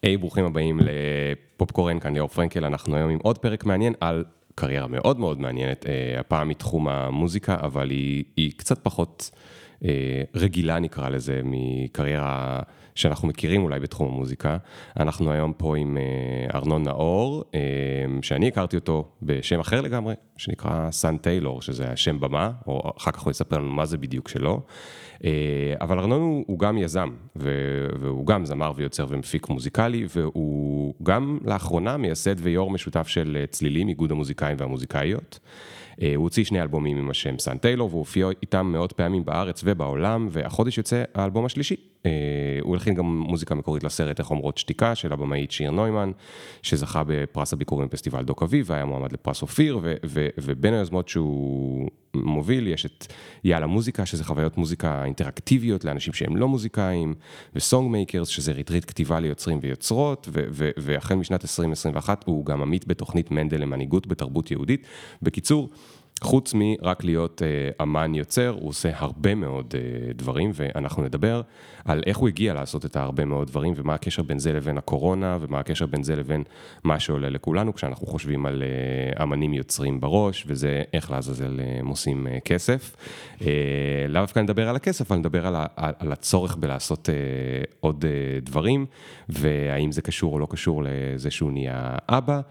היי, ברוכים הבאים לפופקורן, כאן ליאור פרנקל, אנחנו היום עם עוד פרק מעניין על קריירה מאוד מאוד מעניינת, הפעם מתחום המוזיקה, אבל היא קצת פחות רגילה נקרא לזה, מקריירה שאנחנו מכירים אולי בתחום המוזיקה. אנחנו היום פה עם ארנון נאור, שאני הכרתי אותו בשם אחר לגמרי, שנקרא סן טיילור, שזה השם במה, או אחר כך הוא יספר לנו מה זה בדיוק שלו. אבל ארנון הוא גם יזם, והוא גם זמר ויוצר ומפיק מוזיקלי, והוא גם לאחרונה מייסד ויו"ר משותף של צלילים, איגוד המוזיקאים והמוזיקאיות. הוא הוציא 2 אלבומים עם השם סן טיילור, והוא הופיע איתם מאות פעמים בארץ ובעולם, והחודש יוצא האלבום השלישי. הוא הלחין גם מוזיקה מקורית לסרט איך אומרות שתיקה, של הבמאית שיר נוימן, שזכה בפרס הביקורים בפסטיבל דוק אביב, והיה מועמד לפרס אופיר, ובין היוזמות שהוא מוביל, יש את יאללה מוזיקה, שזה חוויות מוזיקה אינטראקטיביות לאנשים שהם לא מוזיקאים, וסונג מייקרס, שזה ריטריט כתיבה ליוצרים ויוצרות, והחל משנת 2021 הוא גם עמית בתוכנית מנדל למנהיגות בתרבות יהודית. בקיצור, חוץ מרק להיות אמן יוצר, הוא עושה הרבה מאוד דברים, ואנחנו נדבר על איך הוא הגיע לעשות את הרבה מאוד דברים, ומה הקשר בין זה לבין הקורונה, ומה הקשר בין זה לבין מה שעולה לכולנו, כשאנחנו חושבים על אמנים יוצרים בראש, וזה איך לעזאזל עושים כסף. לאו דווקא נדבר על הכסף, אבל נדבר על הצורך בלעשות עוד דברים, והאם זה קשור או לא קשור לזה שהוא נהיה אבא.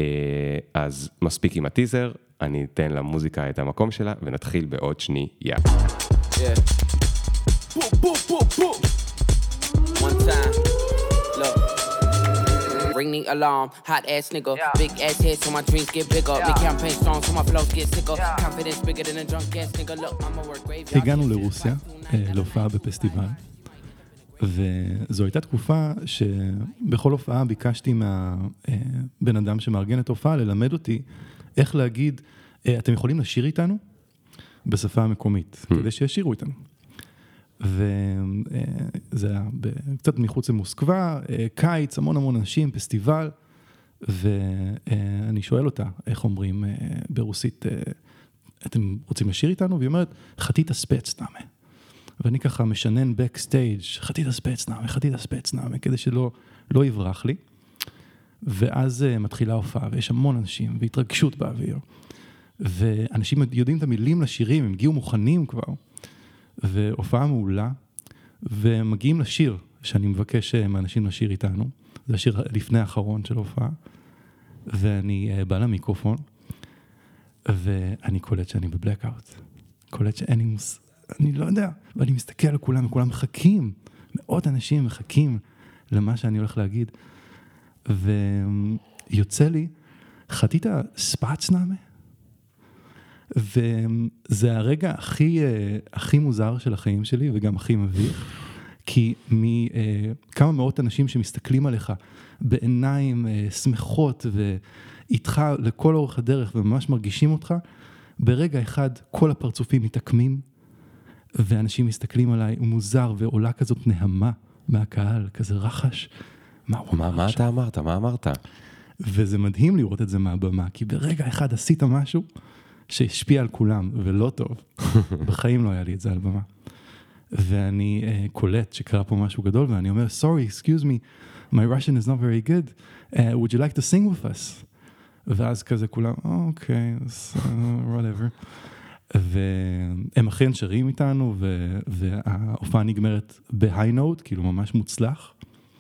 אז מספיק עם הטיזר, אני אתן למוזיקה את המקום שלה, ונתחיל בעוד שנייה. Yeah. Boom, boom, boom, boom. One time, look. Ring the alarm, hot ass nigga. Yeah. Big ass head so my dreams get bigger. Yeah. Make campaign songs so my flows get sicker. Yeah. Confidence bigger than a drunk ass nigga. Look, I'ma work grave. הגענו לרוסיה, להופעה בפסטיבל. וזו הייתה תקופה שבכל הופעה ביקשתי מהבן אדם שמארגן את הופעה ללמד אותי איך להגיד, אתם יכולים לשיר איתנו בשפה המקומית, כדי שישירו איתנו. וזה היה קצת מחוץ למוסקבה, קיץ, המון אנשים, פסטיבל, ואני שואל אותה, איך אומרים ברוסית, אתם רוצים לשיר איתנו? והיא אומרת, חתית הספץ נאמה. ואני ככה משנן בקסטייג' חתית הספץ נאמה, כדי שלא יברח לי. ואז מתחילה הופעה, ויש המון אנשים, והתרגשות באוויר. ואנשים יודעים את המילים לשירים, הם הגיעו מוכנים כבר. והופעה מעולה, ומגיעים לשיר, שאני מבקש מאנשים לשיר איתנו. זה השיר לפני האחרון של ההופעה. ואני בא למיקרופון, ואני קולט שאני בבלקאוט. קולט אני לא יודע, ואני מסתכל על כולם, וכולם מחכים, מאות אנשים מחכים למה שאני הולך להגיד. ויוצא לי, חתית ספץ נאמה? וזה הרגע הכי מוזר של החיים שלי, וגם הכי מביך, כי מכמה מאות אנשים שמסתכלים עליך בעיניים שמחות, ואיתך לכל אורך הדרך, וממש מרגישים אותך, ברגע אחד כל הפרצופים מתעקמים, ואנשים מסתכלים עליי, הוא מוזר, ועולה כזאת נהמה מהקהל, כזה רחש. מה אתה אמרת? מה אמרת? וזה מדהים לראות את זה מהבמה, כי ברגע אחד עשית משהו שהשפיע על כולם, ולא טוב. בחיים לא היה לי את זה על במה. ואני קולט שקרה פה משהו גדול, ואני אומר, sorry, excuse me, my Russian is not very good. Would you like to sing with us? ואז כזה כולם, אוקיי, whatever. והם אכן שרים איתנו, וההופעה נגמרת בהיי נוט, כאילו ממש מוצלח.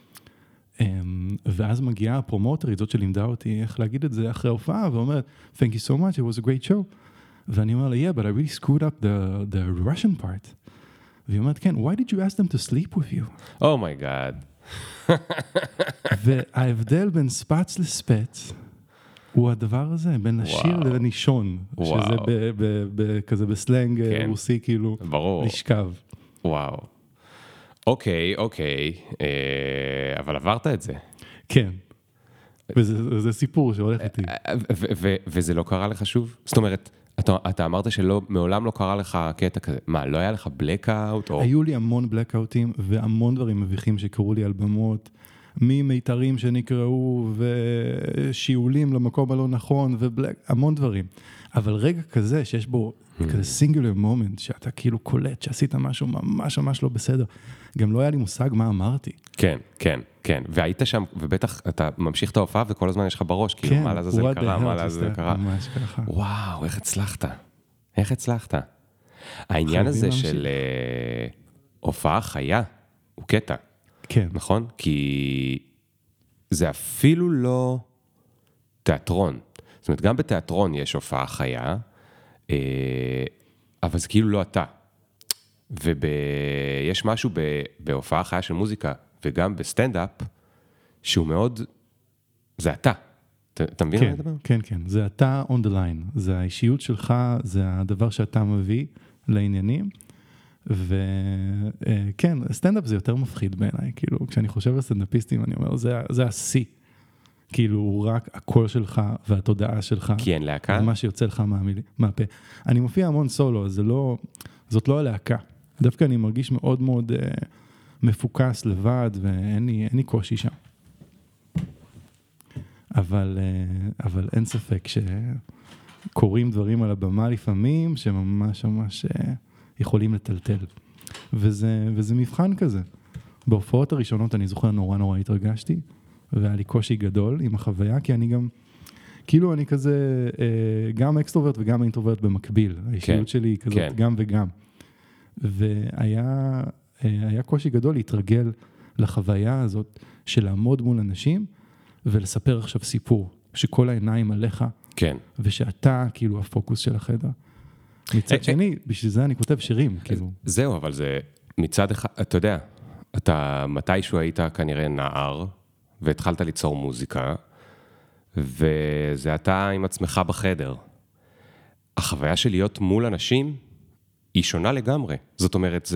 ואז מגיעה הפרומוטרית, זאת שלימדה אותי איך להגיד את זה אחרי ההופעה, ואומרת, thank you so much, it was a great show. ואני אומר לה, yeah, but I really screwed up the Russian part. והיא אומרת, כן, why did you ask them to sleep with you? Oh my God. וההבדל בין ספץ לספץ, הוא הדבר הזה, בין לשיר לנישון, שזה כזה בסלנג רוסי, כאילו, לשכב. וואו. אוקיי, אבל עברת את זה. כן. וזה סיפור שהולך איתי. וזה לא קרה לך שוב? זאת אומרת, אתה אמרת שמעולם לא קרה לך קטע כזה. מה, לא היה לך בלקאוט? היו לי המון בלקאוטים, והמון דברים מביכים שקרו לי על במות, ממיתרים שנקראו, ושיעולים למקום הלא נכון, המון דברים. אבל רגע כזה, שיש בו כזה סינגולר מומנט, שאתה כאילו קולט שעשית משהו ממש ממש לא בסדר. גם לא היה לי מושג מה אמרתי. כן. כן, והיית שם, ובטח אתה ממשיך את ההופעה, וכל הזמן יש לך בראש, כאילו, מה לעזאזל קרה, מה לעזאזל קרה. ממש ככה. וואו, איך הצלחת? איך הצלחת? העניין הזה של הופעה חיה, הוא קטע. כן. נכון? כי זה אפילו לא תיאטרון. זאת אומרת, גם בתיאטרון יש הופעה חיה, אבל זה כאילו לא אתה. ויש משהו בהופעה חיה של מוזיקה, וגם בסטנדאפ, שהוא מאוד, זה אתה. אתה מבין מה לדבר? כן, כן. זה אתה on the line. זה האישיות שלך, זה הדבר שאתה מביא לעניינים. וכן, סטנדאפ זה יותר מפחיד בעיניי. כאילו, כשאני חושב על סטנדאפיסטים, אני אומר, זה השיא. כאילו, רק הקול שלך והתודעה שלך. כי אין להקה? זה מה שיוצא לך מהפה. אני מופיע המון סולו, אז זאת לא הלהקה. דווקא אני מרגיש מאוד מאוד מפוקס לבד, ואין לי קושי שם. אבל אין ספק שקורים דברים על הבמה לפעמים, שממש ממש יכולים לטלטל. וזה מבחן כזה. בהופעות הראשונות אני זוכר נורא התרגשתי, והיה לי קושי גדול עם החוויה, כי אני גם, כאילו אני כזה, גם אקסטרוברט וגם אינטרוברט במקביל. האישיות שלי היא כזאת גם וגם. והיה קושי גדול להתרגל לחוויה הזאת של לעמוד מול אנשים, ולספר עכשיו סיפור, שכל העיניים עליך, כן. ושאתה כאילו הפוקוס של החדר. מצד שני, בשביל זה אני כותב שירים, כאילו. זהו, אבל זה מצד אחד, אתה יודע, אתה מתישהו היית כנראה נער, והתחלת ליצור מוזיקה, וזה אתה עם עצמך בחדר. החוויה של להיות מול אנשים, היא שונה לגמרי. זאת אומרת,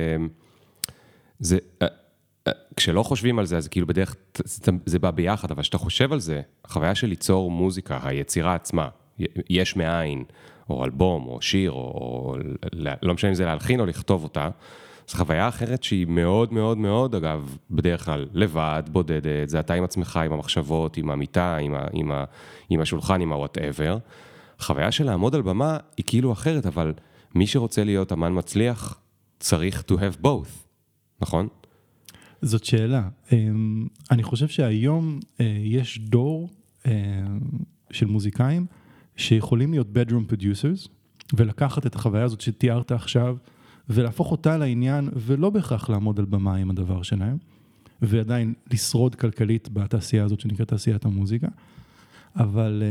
כשלא חושבים על זה, אז כאילו בדרך, זה בא ביחד, אבל כשאתה חושב על זה, החוויה של ליצור מוזיקה, היצירה עצמה, יש מאין, או אלבום, או שיר, או לא משנה אם זה להלחין או לכתוב אותה, זו חוויה אחרת שהיא מאוד מאוד מאוד, אגב, בדרך כלל לבד, בודדת, זה אתה עם עצמך, עם המחשבות, עם המיטה, עם השולחן, עם ה-whatever. החוויה של לעמוד על במה היא כאילו אחרת, אבל מי שרוצה להיות אמן מצליח, צריך to have both, נכון? זאת שאלה. אני חושב שהיום יש דור של מוזיקאים שיכולים להיות bedroom producers, ולקחת את החוויה הזאת שתיארת עכשיו, ולהפוך אותה לעניין, ולא בהכרח לעמוד על במה עם הדבר שלהם, ועדיין לשרוד כלכלית בתעשייה הזאת שנקראת תעשיית המוזיקה. אבל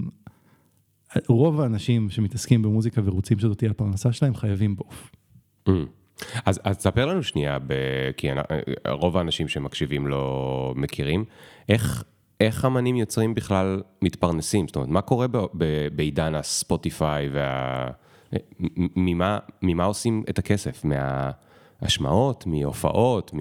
רוב האנשים שמתעסקים במוזיקה ורוצים שזאת תהיה הפרנסה שלהם, חייבים באוף. אז תספר לנו שנייה, כי רוב האנשים שמקשיבים לא מכירים, איך אמנים יוצרים בכלל מתפרנסים? זאת אומרת, מה קורה בעידן הספוטיפיי ממה עושים את הכסף? מההשמעות, מהופעות,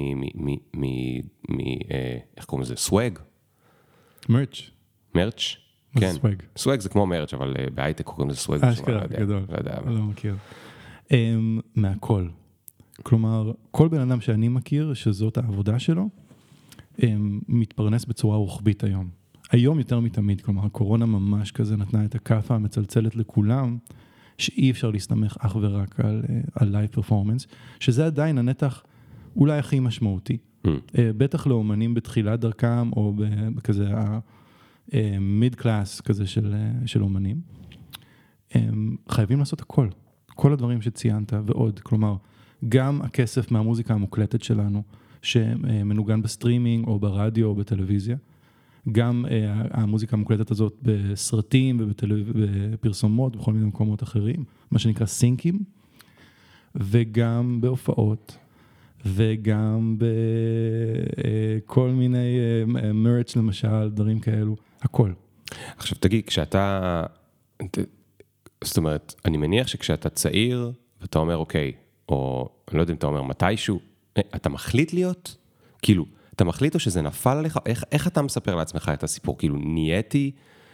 איך קוראים לזה? סווג? מרץ'. מרץ'? כן. סווג. סווג זה כמו מרץ', אבל בהייטק קוראים לזה סווג. אשכרה, גדול. לא מכיר. מהכל. כלומר, כל בן אדם שאני מכיר, שזאת העבודה שלו, מתפרנס בצורה רוחבית היום. היום יותר מתמיד, כלומר, הקורונה ממש כזה נתנה את הכאפה המצלצלת לכולם, שאי אפשר להסתמך אך ורק על לייב פרפורמנס, שזה עדיין הנתח אולי הכי משמעותי. בטח לאומנים בתחילת דרכם, או בכזה המיד קלאס כזה של אומנים. חייבים לעשות הכל. כל הדברים שציינת ועוד, כלומר, גם הכסף מהמוזיקה המוקלטת שלנו, שמנוגן בסטרימינג או ברדיו או בטלוויזיה, גם המוזיקה המוקלטת הזאת בסרטים ובפרסומות ובכל מיני מקומות אחרים, מה שנקרא סינקים, וגם בהופעות, וגם בכל מיני מרץ' למשל, דברים כאלו, הכל. עכשיו תגיד, כשאתה, זאת אומרת, אני מניח שכשאתה צעיר, ואתה אומר אוקיי, או אני לא יודע אם אתה אומר מתישהו, אתה מחליט להיות? כאילו, אתה מחליט או שזה נפל עליך? איך אתה מספר לעצמך את הסיפור? כאילו, נהייתי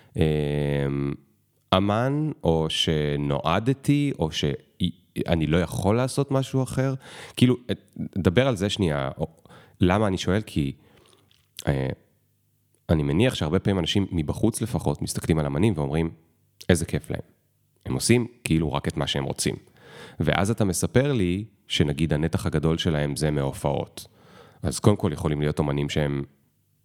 אמן, או שנועדתי, או שאני לא יכול לעשות משהו אחר? כאילו, דבר על זה שנייה. למה אני שואל? כי אני מניח שהרבה פעמים אנשים מבחוץ לפחות מסתכלים על אמנים ואומרים, איזה כיף להם. הם עושים כאילו רק את מה שהם רוצים. ואז אתה מספר לי שנגיד הנתח הגדול שלהם זה מהופעות. אז קודם כל יכולים להיות אומנים שהם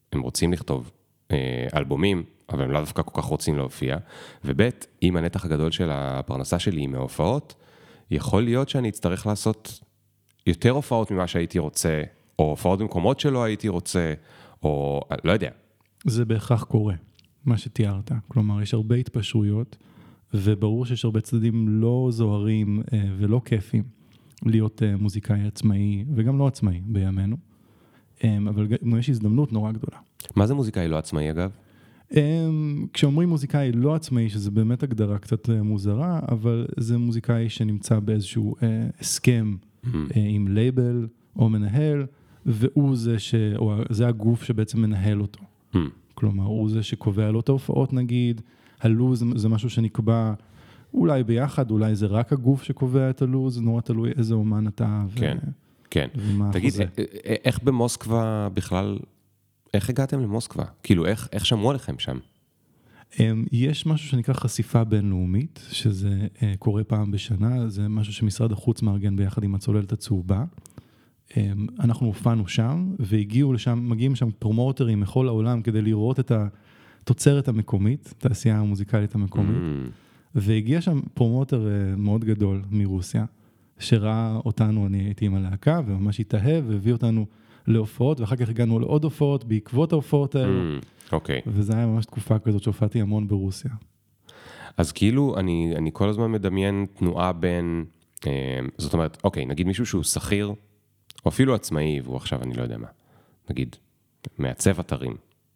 הם רוצים לכתוב אלבומים, אבל הם לא דווקא כל כך רוצים להופיע, ובית, אם הנתח הגדול של הפרנסה שלי היא מההופעות, יכול להיות שאני אצטרך לעשות יותר הופעות ממה שהייתי רוצה, או הופעות במקומות שלא הייתי רוצה, או לא יודע. זה בהכרח קורה, מה שתיארת. כלומר, יש הרבה התפשרויות, וברור שיש הרבה צדדים לא זוהרים ולא כיפים להיות מוזיקאי עצמאי, וגם לא עצמאי בימינו. אבל יש הזדמנות נורא גדולה. מה זה מוזיקאי לא עצמאי, אגב? כשאומרים מוזיקאי לא עצמאי, שזה באמת הגדרה קצת מוזרה, אבל זה מוזיקאי שנמצא באיזשהו הסכם עם לייבל או מנהל, והוא זה הגוף שבעצם מנהל אותו. כלומר, הוא זה שקובע לו את ההופעות נגיד, הלוז זה משהו שנקבע אולי ביחד, אולי זה רק הגוף שקובע את הלוז, נורא תלוי איזה אומן אתה כן, כן. תגיד, איך במוסקבה בכלל, איך הגעתם למוסקבה? כאילו, איך שמעו עליכם שם? יש משהו שנקרא חשיפה בינלאומית, שזה קורה פעם בשנה, זה משהו שמשרד החוץ מארגן ביחד עם הצוללת הצהובה. אנחנו הופענו שם, מגיעים שם פרומוטרים מכל העולם כדי לראות את התוצרת המקומית, תעשייה המוזיקלית המקומית, והגיע שם פרומוטר מאוד גדול מרוסיה, שראה אותנו, אני הייתי עם הלהקה, וממש התאהב, והביא אותנו להופעות, ואחר כך הגענו לעוד הופעות, בעקבות ההופעות האלה. אוקיי. וזה היה ממש תקופה כזאת שהופעתי המון ברוסיה. אז כאילו, אני כל הזמן מדמיין תנועה בין, זאת אומרת, אוקיי, נגיד מישהו שהוא שכיר, או אפילו עצמאי, והוא עכשיו, אני לא יודע מה, נגיד, מעצב אתרים.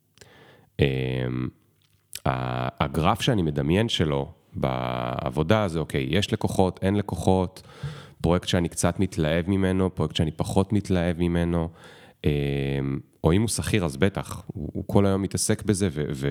הגרף שאני מדמיין שלו, בעבודה זה, אוקיי, יש לקוחות, אין לקוחות, פרויקט שאני קצת מתלהב ממנו, פרויקט שאני פחות מתלהב ממנו, או אם הוא שכיר, אז בטח, הוא כל היום מתעסק בזה,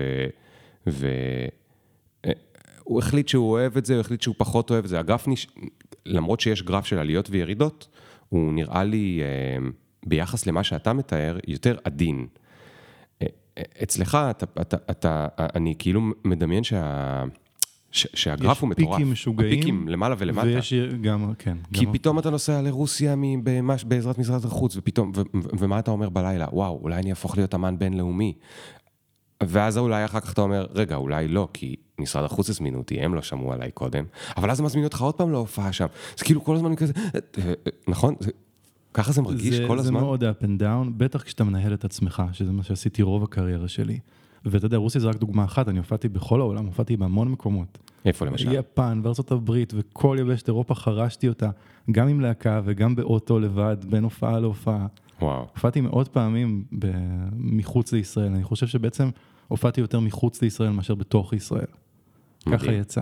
והוא החליט שהוא אוהב את זה, הוא החליט שהוא פחות אוהב את זה. הגרף, למרות שיש גרף של עליות וירידות, הוא נראה לי, ביחס למה שאתה מתאר, יותר עדין. אצלך, אני כאילו מדמיין שהגרף הוא מטורף. יש פיקים משוגעים. הפיקים למעלה ולמטה. ויש גם, כן. כי פתאום אתה נוסע לרוסיה בעזרת משרד החוץ, ומה אתה אומר בלילה? וואו, אולי אני אהפוך להיות אמן בינלאומי. ואז אולי אחר כך אתה אומר, רגע, אולי לא, כי משרד החוץ הזמינו אותי, הם לא שמעו עליי קודם, אבל אז הם הזמינו אותך עוד פעם להופעה שם. זה כאילו כל הזמן כזה, נכון? ככה זה מרגיש כל הזמן? זה מאוד up and down, בטח כשאתה מנהל את עצמך, שזה מה שעשיתי רוב הקריירה שלי. ואתה יודע, רוסיה זה רק דוגמה אחת, אני הופעתי בכל העולם, הופעתי בהמון מקומות. איפה למשל? יפן וארצות הברית, וכל יבשת אירופה חרשתי אותה, גם עם להקה וגם באוטו לבד, בין הופעה להופעה. וואו. הופעתי מאות פעמים מחוץ לישראל, אני חושב שבעצם הופעתי יותר מחוץ לישראל מאשר בתוך ישראל. ככה יצא.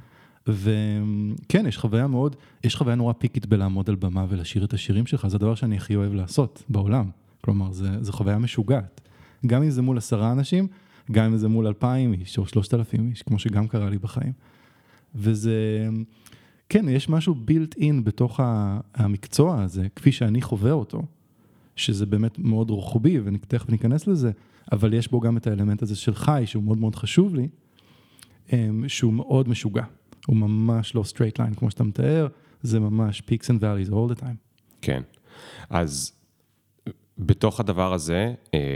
וכן, יש חוויה נורא פיקית בלעמוד על במה ולשיר את השירים שלך, זה הדבר שאני הכי אוהב לעשות בעולם. כלומר, זה חוויה משוגעת. גם אם זה מול 10 אנשים, גם אם זה מול 2,000 איש או 3,000 איש, כמו שגם קרה לי בחיים. וזה, כן, יש משהו built in בתוך המקצוע הזה, כפי שאני חווה אותו, שזה באמת מאוד רוחבי, ותכף ניכנס לזה, אבל יש בו גם את האלמנט הזה של חי, שהוא מאוד מאוד חשוב לי, שהוא מאוד משוגע. הוא ממש לא straight line, כמו שאתה מתאר, זה ממש peaks and valleys all the time. כן. אז בתוך הדבר הזה,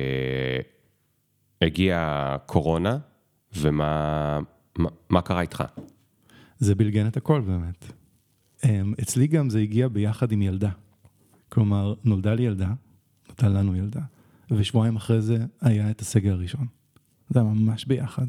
הגיעה קורונה, ומה קרה איתך? זה בלגן את הכל באמת. אצלי גם זה הגיע ביחד עם ילדה. כלומר, נולדה לי ילדה, נולדה לנו ילדה, ושבועיים אחרי זה היה את הסגר הראשון. זה היה ממש ביחד.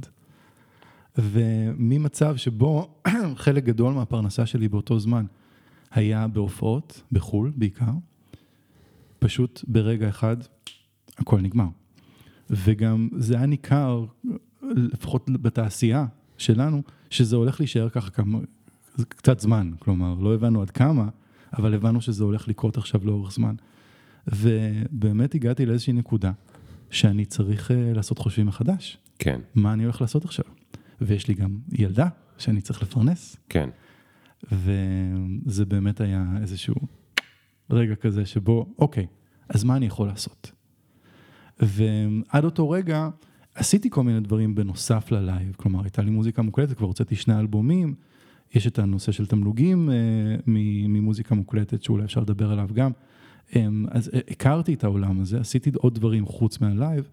וממצב שבו חלק גדול מהפרנסה שלי באותו זמן היה בהופעות, בחול בעיקר, פשוט ברגע אחד הכל נגמר. וגם זה היה ניכר, לפחות בתעשייה שלנו, שזה הולך להישאר ככה קצת זמן, כלומר, לא הבנו עד כמה, אבל הבנו שזה הולך לקרות עכשיו לאורך זמן. ובאמת הגעתי לאיזושהי נקודה, שאני צריך לעשות חושבים מחדש. כן. מה אני הולך לעשות עכשיו? ויש לי גם ילדה שאני צריך לפרנס. כן. וזה באמת היה איזשהו רגע כזה שבו, אוקיי, אז מה אני יכול לעשות? ועד אותו רגע עשיתי כל מיני דברים בנוסף ללייב, כלומר הייתה לי מוזיקה מוקלטת, כבר הוצאתי 2 אלבומים, יש את הנושא של תמלוגים ממוזיקה מוקלטת שאולי אפשר לדבר עליו גם, אז הכרתי את העולם הזה, עשיתי עוד דברים חוץ מהלייב,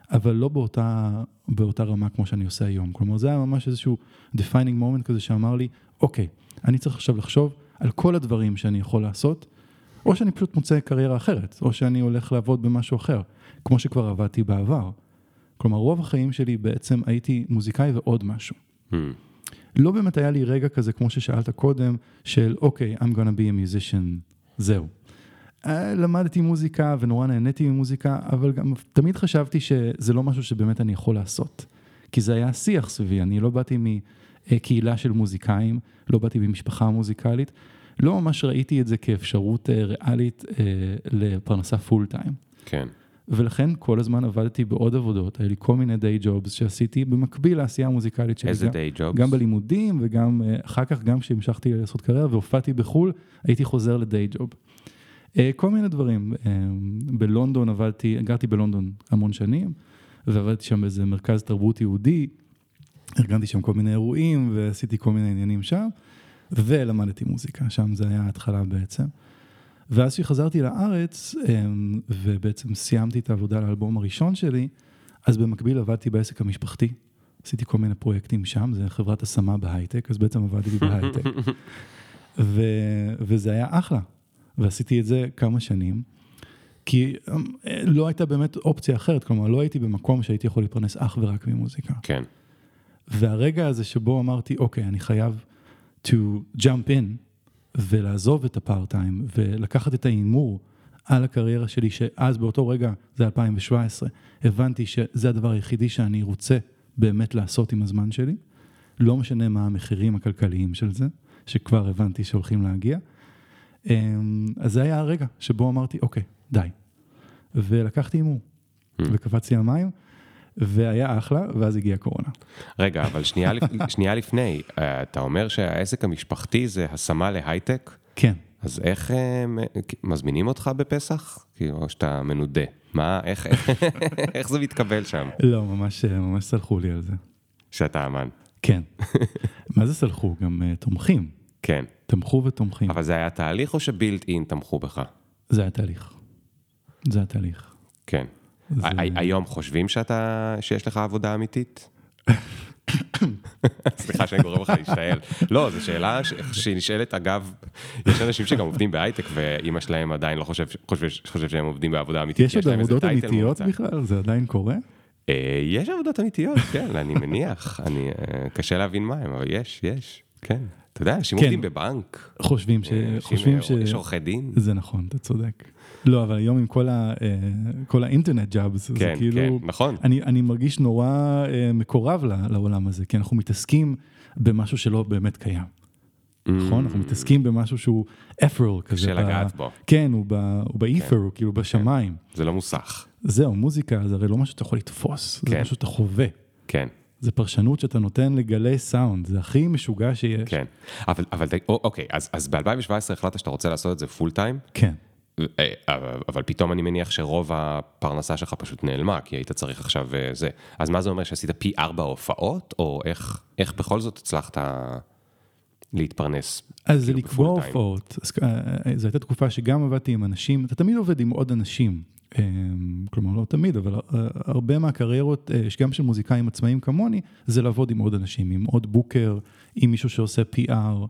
אבל לא באותה רמה כמו שאני עושה היום. כלומר, זה היה ממש איזשהו defining moment כזה שאמר לי, אוקיי, אני צריך עכשיו לחשוב על כל הדברים שאני יכול לעשות, או שאני פשוט מוצא קריירה אחרת, או שאני הולך לעבוד במשהו אחר, כמו שכבר עבדתי בעבר. כלומר, רוב החיים שלי בעצם הייתי מוזיקאי ועוד משהו. לא באמת היה לי רגע כזה, כמו ששאלת קודם, של אוקיי, I'm gonna be a musician, זהו. למדתי מוזיקה ונורא נהניתי ממוזיקה, אבל גם תמיד חשבתי שזה לא משהו שבאמת אני יכול לעשות. כי זה היה שיח סביבי, אני לא באתי מקהילה של מוזיקאים, לא באתי במשפחה מוזיקלית, לא ממש ראיתי את זה כאפשרות ריאלית לפרנסה פול טיים. כן. ולכן כל הזמן עבדתי בעוד עבודות, היה לי כל מיני דיי ג'ובס שעשיתי במקביל לעשייה המוזיקלית שלי. איזה דיי ג'ובס? גם בלימודים וגם אחר כך, גם כשהמשכתי לעשות קריירה והופעתי בחול, הייתי חוזר לדיי ג'וב. כל מיני דברים. בלונדון גרתי בלונדון המון שנים, ועבדתי שם באיזה מרכז תרבות יהודי, ארגנתי שם כל מיני אירועים, ועשיתי כל מיני עניינים שם, ולמדתי מוזיקה, שם זה היה ההתחלה בעצם. ואז שחזרתי לארץ, ובעצם סיימתי את העבודה לאלבום הראשון שלי, אז במקביל עבדתי בעסק המשפחתי, עשיתי כל מיני פרויקטים שם, זה חברת השמה בהייטק, אז בעצם עבדתי בהייטק. וזה היה אחלה, ועשיתי את זה כמה שנים, כי לא הייתה באמת אופציה אחרת, כלומר, לא הייתי במקום שהייתי יכול להתפרנס אך ורק ממוזיקה. כן. והרגע הזה שבו אמרתי, אוקיי, אני חייב to jump in, ולעזוב את הפארט-טיים, ולקחת את האימור על הקריירה שלי, שאז באותו רגע, זה 2017, הבנתי שזה הדבר היחידי שאני רוצה באמת לעשות עם הזמן שלי, לא משנה מה המחירים הכלכליים של זה, שכבר הבנתי שהולכים להגיע, אז זה היה הרגע שבו אמרתי, אוקיי, די. ולקחתי אימור, וקפצתי למים, והיה אחלה, ואז הגיעה קורונה. רגע, אבל שנייה לפני, אתה אומר שהעסק המשפחתי זה השמה להייטק? כן. אז איך מזמינים אותך בפסח? כאילו, שאתה מנודה. מה, איך זה מתקבל שם? לא, ממש סלחו לי על זה. שאתה אמן. כן. מה זה סלחו? גם תומכים. כן. תמכו ותומכים. אבל זה היה תהליך או שבילט אין תמכו בך? זה היה תהליך. זה היה תהליך. כן. היום חושבים שיש לך עבודה אמיתית? סליחה שאני גורם לך להשתעל. לא, זו שאלה שנשאלת, אגב, יש אנשים שגם עובדים בהייטק, ואמא שלהם עדיין לא חושב שהם עובדים בעבודה אמיתית. יש עוד עבודות אמיתיות בכלל? זה עדיין קורה? יש עבודות אמיתיות, כן, אני מניח. קשה להבין מה הם, אבל יש, כן. אתה יודע, אנשים עובדים בבנק. חושבים יש עורכי דין. זה נכון, אתה צודק. לא, אבל היום עם כל האינטרנט ג'אבס, זה כאילו, נכון. אני מרגיש נורא מקורב לעולם הזה, כי אנחנו מתעסקים במשהו שלא באמת קיים. נכון? אנחנו מתעסקים במשהו שהוא אפרל כזה. קשה לגעת בו. כן, הוא באית'ר, הוא כאילו בשמיים. זה לא מוסך. זהו, מוזיקה, זה הרי לא משהו שאתה יכול לתפוס, זה משהו שאתה חווה. כן. זה פרשנות שאתה נותן לגלי סאונד, זה הכי משוגע שיש. כן, אבל אוקיי, אז ב-2017 החלטת שאתה רוצה לעשות את זה פול טיים? כן. אבל פתאום אני מניח שרוב הפרנסה שלך פשוט נעלמה, כי היית צריך עכשיו זה. אז מה זה אומר, שעשית פי 4 הופעות, או איך בכל זאת הצלחת להתפרנס? אז זה לקבוע הופעות. זו הייתה תקופה שגם עבדתי עם אנשים, אתה תמיד עובד עם עוד אנשים, כלומר לא תמיד, אבל הרבה מהקריירות, גם של מוזיקאים עצמאיים כמוני, זה לעבוד עם עוד אנשים, עם עוד בוקר, עם מישהו שעושה PR,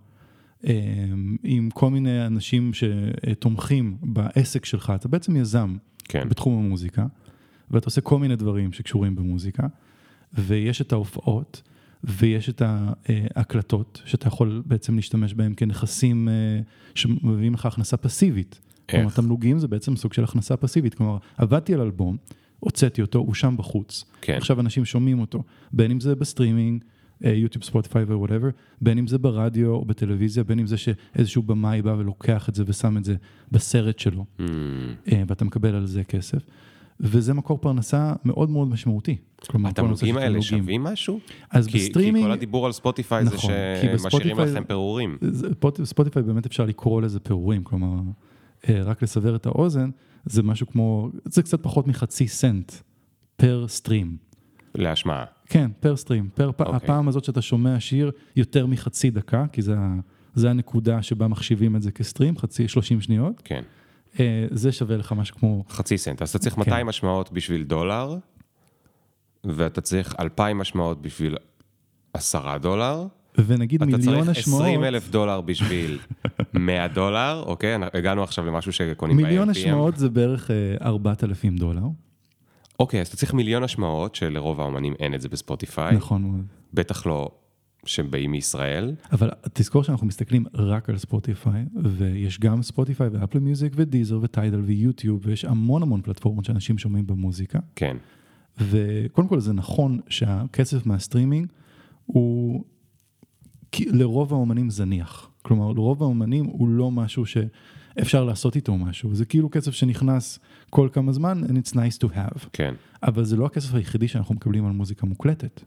עם כל מיני אנשים שתומכים בעסק שלך, אתה בעצם יזם בתחום המוזיקה, ואתה עושה כל מיני דברים שקשורים במוזיקה, ויש את ההופעות, ויש את ההקלטות, שאתה יכול בעצם להשתמש בהם כנכסים שמביאים לך הכנסה פסיבית. כלומר, תמלוגים זה בעצם סוג של הכנסה פסיבית, כלומר, עבדתי על אלבום, הוצאתי אותו, הוא שם בחוץ. עכשיו אנשים שומעים אותו, בין אם זה בסטרימינג, יוטיוב, ספוטיפיי ווואטאבר, בין אם זה ברדיו או בטלוויזיה, בין אם זה שאיזשהו במאי בא ולוקח את זה ושם את זה בסרט שלו, ואתה מקבל על זה כסף, וזה מקור פרנסה מאוד מאוד משמעותי. התמלוגים האלה שווים משהו? אז בסטרימינג... כי כל הדיבור על ספוטיפיי זה שמשאירים לכם פירורים. ספוטיפיי באמת אפשר לקרוא לזה פירורים, כלומר, רק לסבר את האוזן, זה משהו כמו, זה קצת פחות מחצי סנט פר סטרים. להשמעה. כן, פר סטרים. הפעם הזאת שאתה שומע שיר יותר מחצי דקה, כי זה הנקודה שבה מחשיבים את זה כסטרים, 30 שניות. כן. זה שווה לך משהו כמו... חצי סנט. אז אתה צריך 200 משמעות בשביל $1, ואתה צריך 2,000 השמעות בשביל $10, ונגיד מיליון השמעות... אתה צריך $20,000 בשביל $100, אוקיי? הגענו עכשיו למשהו שקונים ב-AMPM. מיליון השמעות זה בערך $4,000. אוקיי, אז אתה צריך מיליון השמעות, שלרוב האומנים אין את זה בספוטיפיי. נכון מאוד. בטח לא שבאים מישראל. אבל תזכור שאנחנו מסתכלים רק על ספוטיפיי, ויש גם ספוטיפיי ואפל מיוזיק ודיזר וטיידל ויוטיוב, ויש המון פלטפורמות שאנשים שומעים במוזיקה. כן. וקודם כל זה נכון שהכסף מהסטרימינג הוא לרוב האומנים זניח. כלומר, לרוב האומנים הוא לא משהו שאפשר לעשות איתו משהו. זה כאילו כסף שנכנס כל כמה זמן, and it's nice to have. כן. אבל זה לא הכסף היחידי שאנחנו מקבלים על מוזיקה מוקלטת.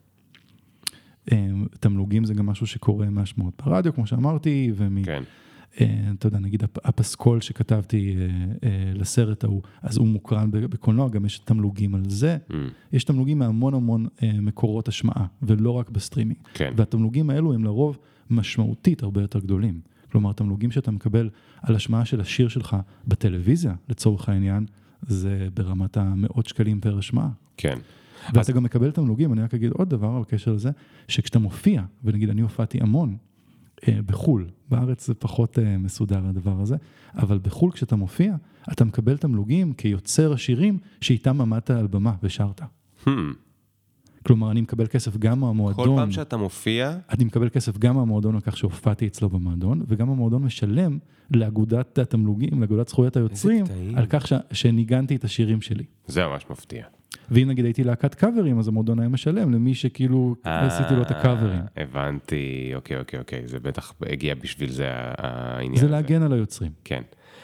תמלוגים זה גם משהו שקורה מהשמעות ברדיו, כמו שאמרתי, כן. אתה יודע, נגיד הפסקול שכתבתי לסרט ההוא, אז הוא מוקרן בקולנוע, גם יש תמלוגים על זה. יש תמלוגים מהמון מקורות השמעה, ולא רק בסטרימינג. כן. והתמלוגים האלו הם לרוב משמעותית הרבה יותר גדולים. כלומר, תמלוגים שאתה מקבל על השמעה של השיר שלך בטלוויזיה, לצורך העניין, זה ברמת המאות שקלים פר השמעה. כן. ואתה גם מקבל תמלוגים, אני רק אגיד עוד דבר על קשר לזה, שכשאתה מופיע, ונגיד אני הופעתי המון בחול, בארץ זה פחות מסודר הדבר הזה, אבל בחול כשאתה מופיע, אתה מקבל תמלוגים כיוצר השירים שאיתם עמדת על במה ושרת. כלומר, אני מקבל כסף גם מהמועדון. כל פעם שאתה מופיע? אני מקבל כסף גם מהמועדון על כך שהופעתי אצלו במועדון, וגם המועדון משלם לאגודת התמלוגים, לאגודת זכויות היוצרים, על כך שניגנתי את השירים שלי. זה ממש מפתיע. ואם נגיד הייתי להקת קאברים, אז המועדון היה משלם למי שכאילו עשיתי לו את הקאברים. הבנתי, אוקיי, זה בטח הגיע בשביל זה העניין הזה. זה להגן על היוצרים. כן.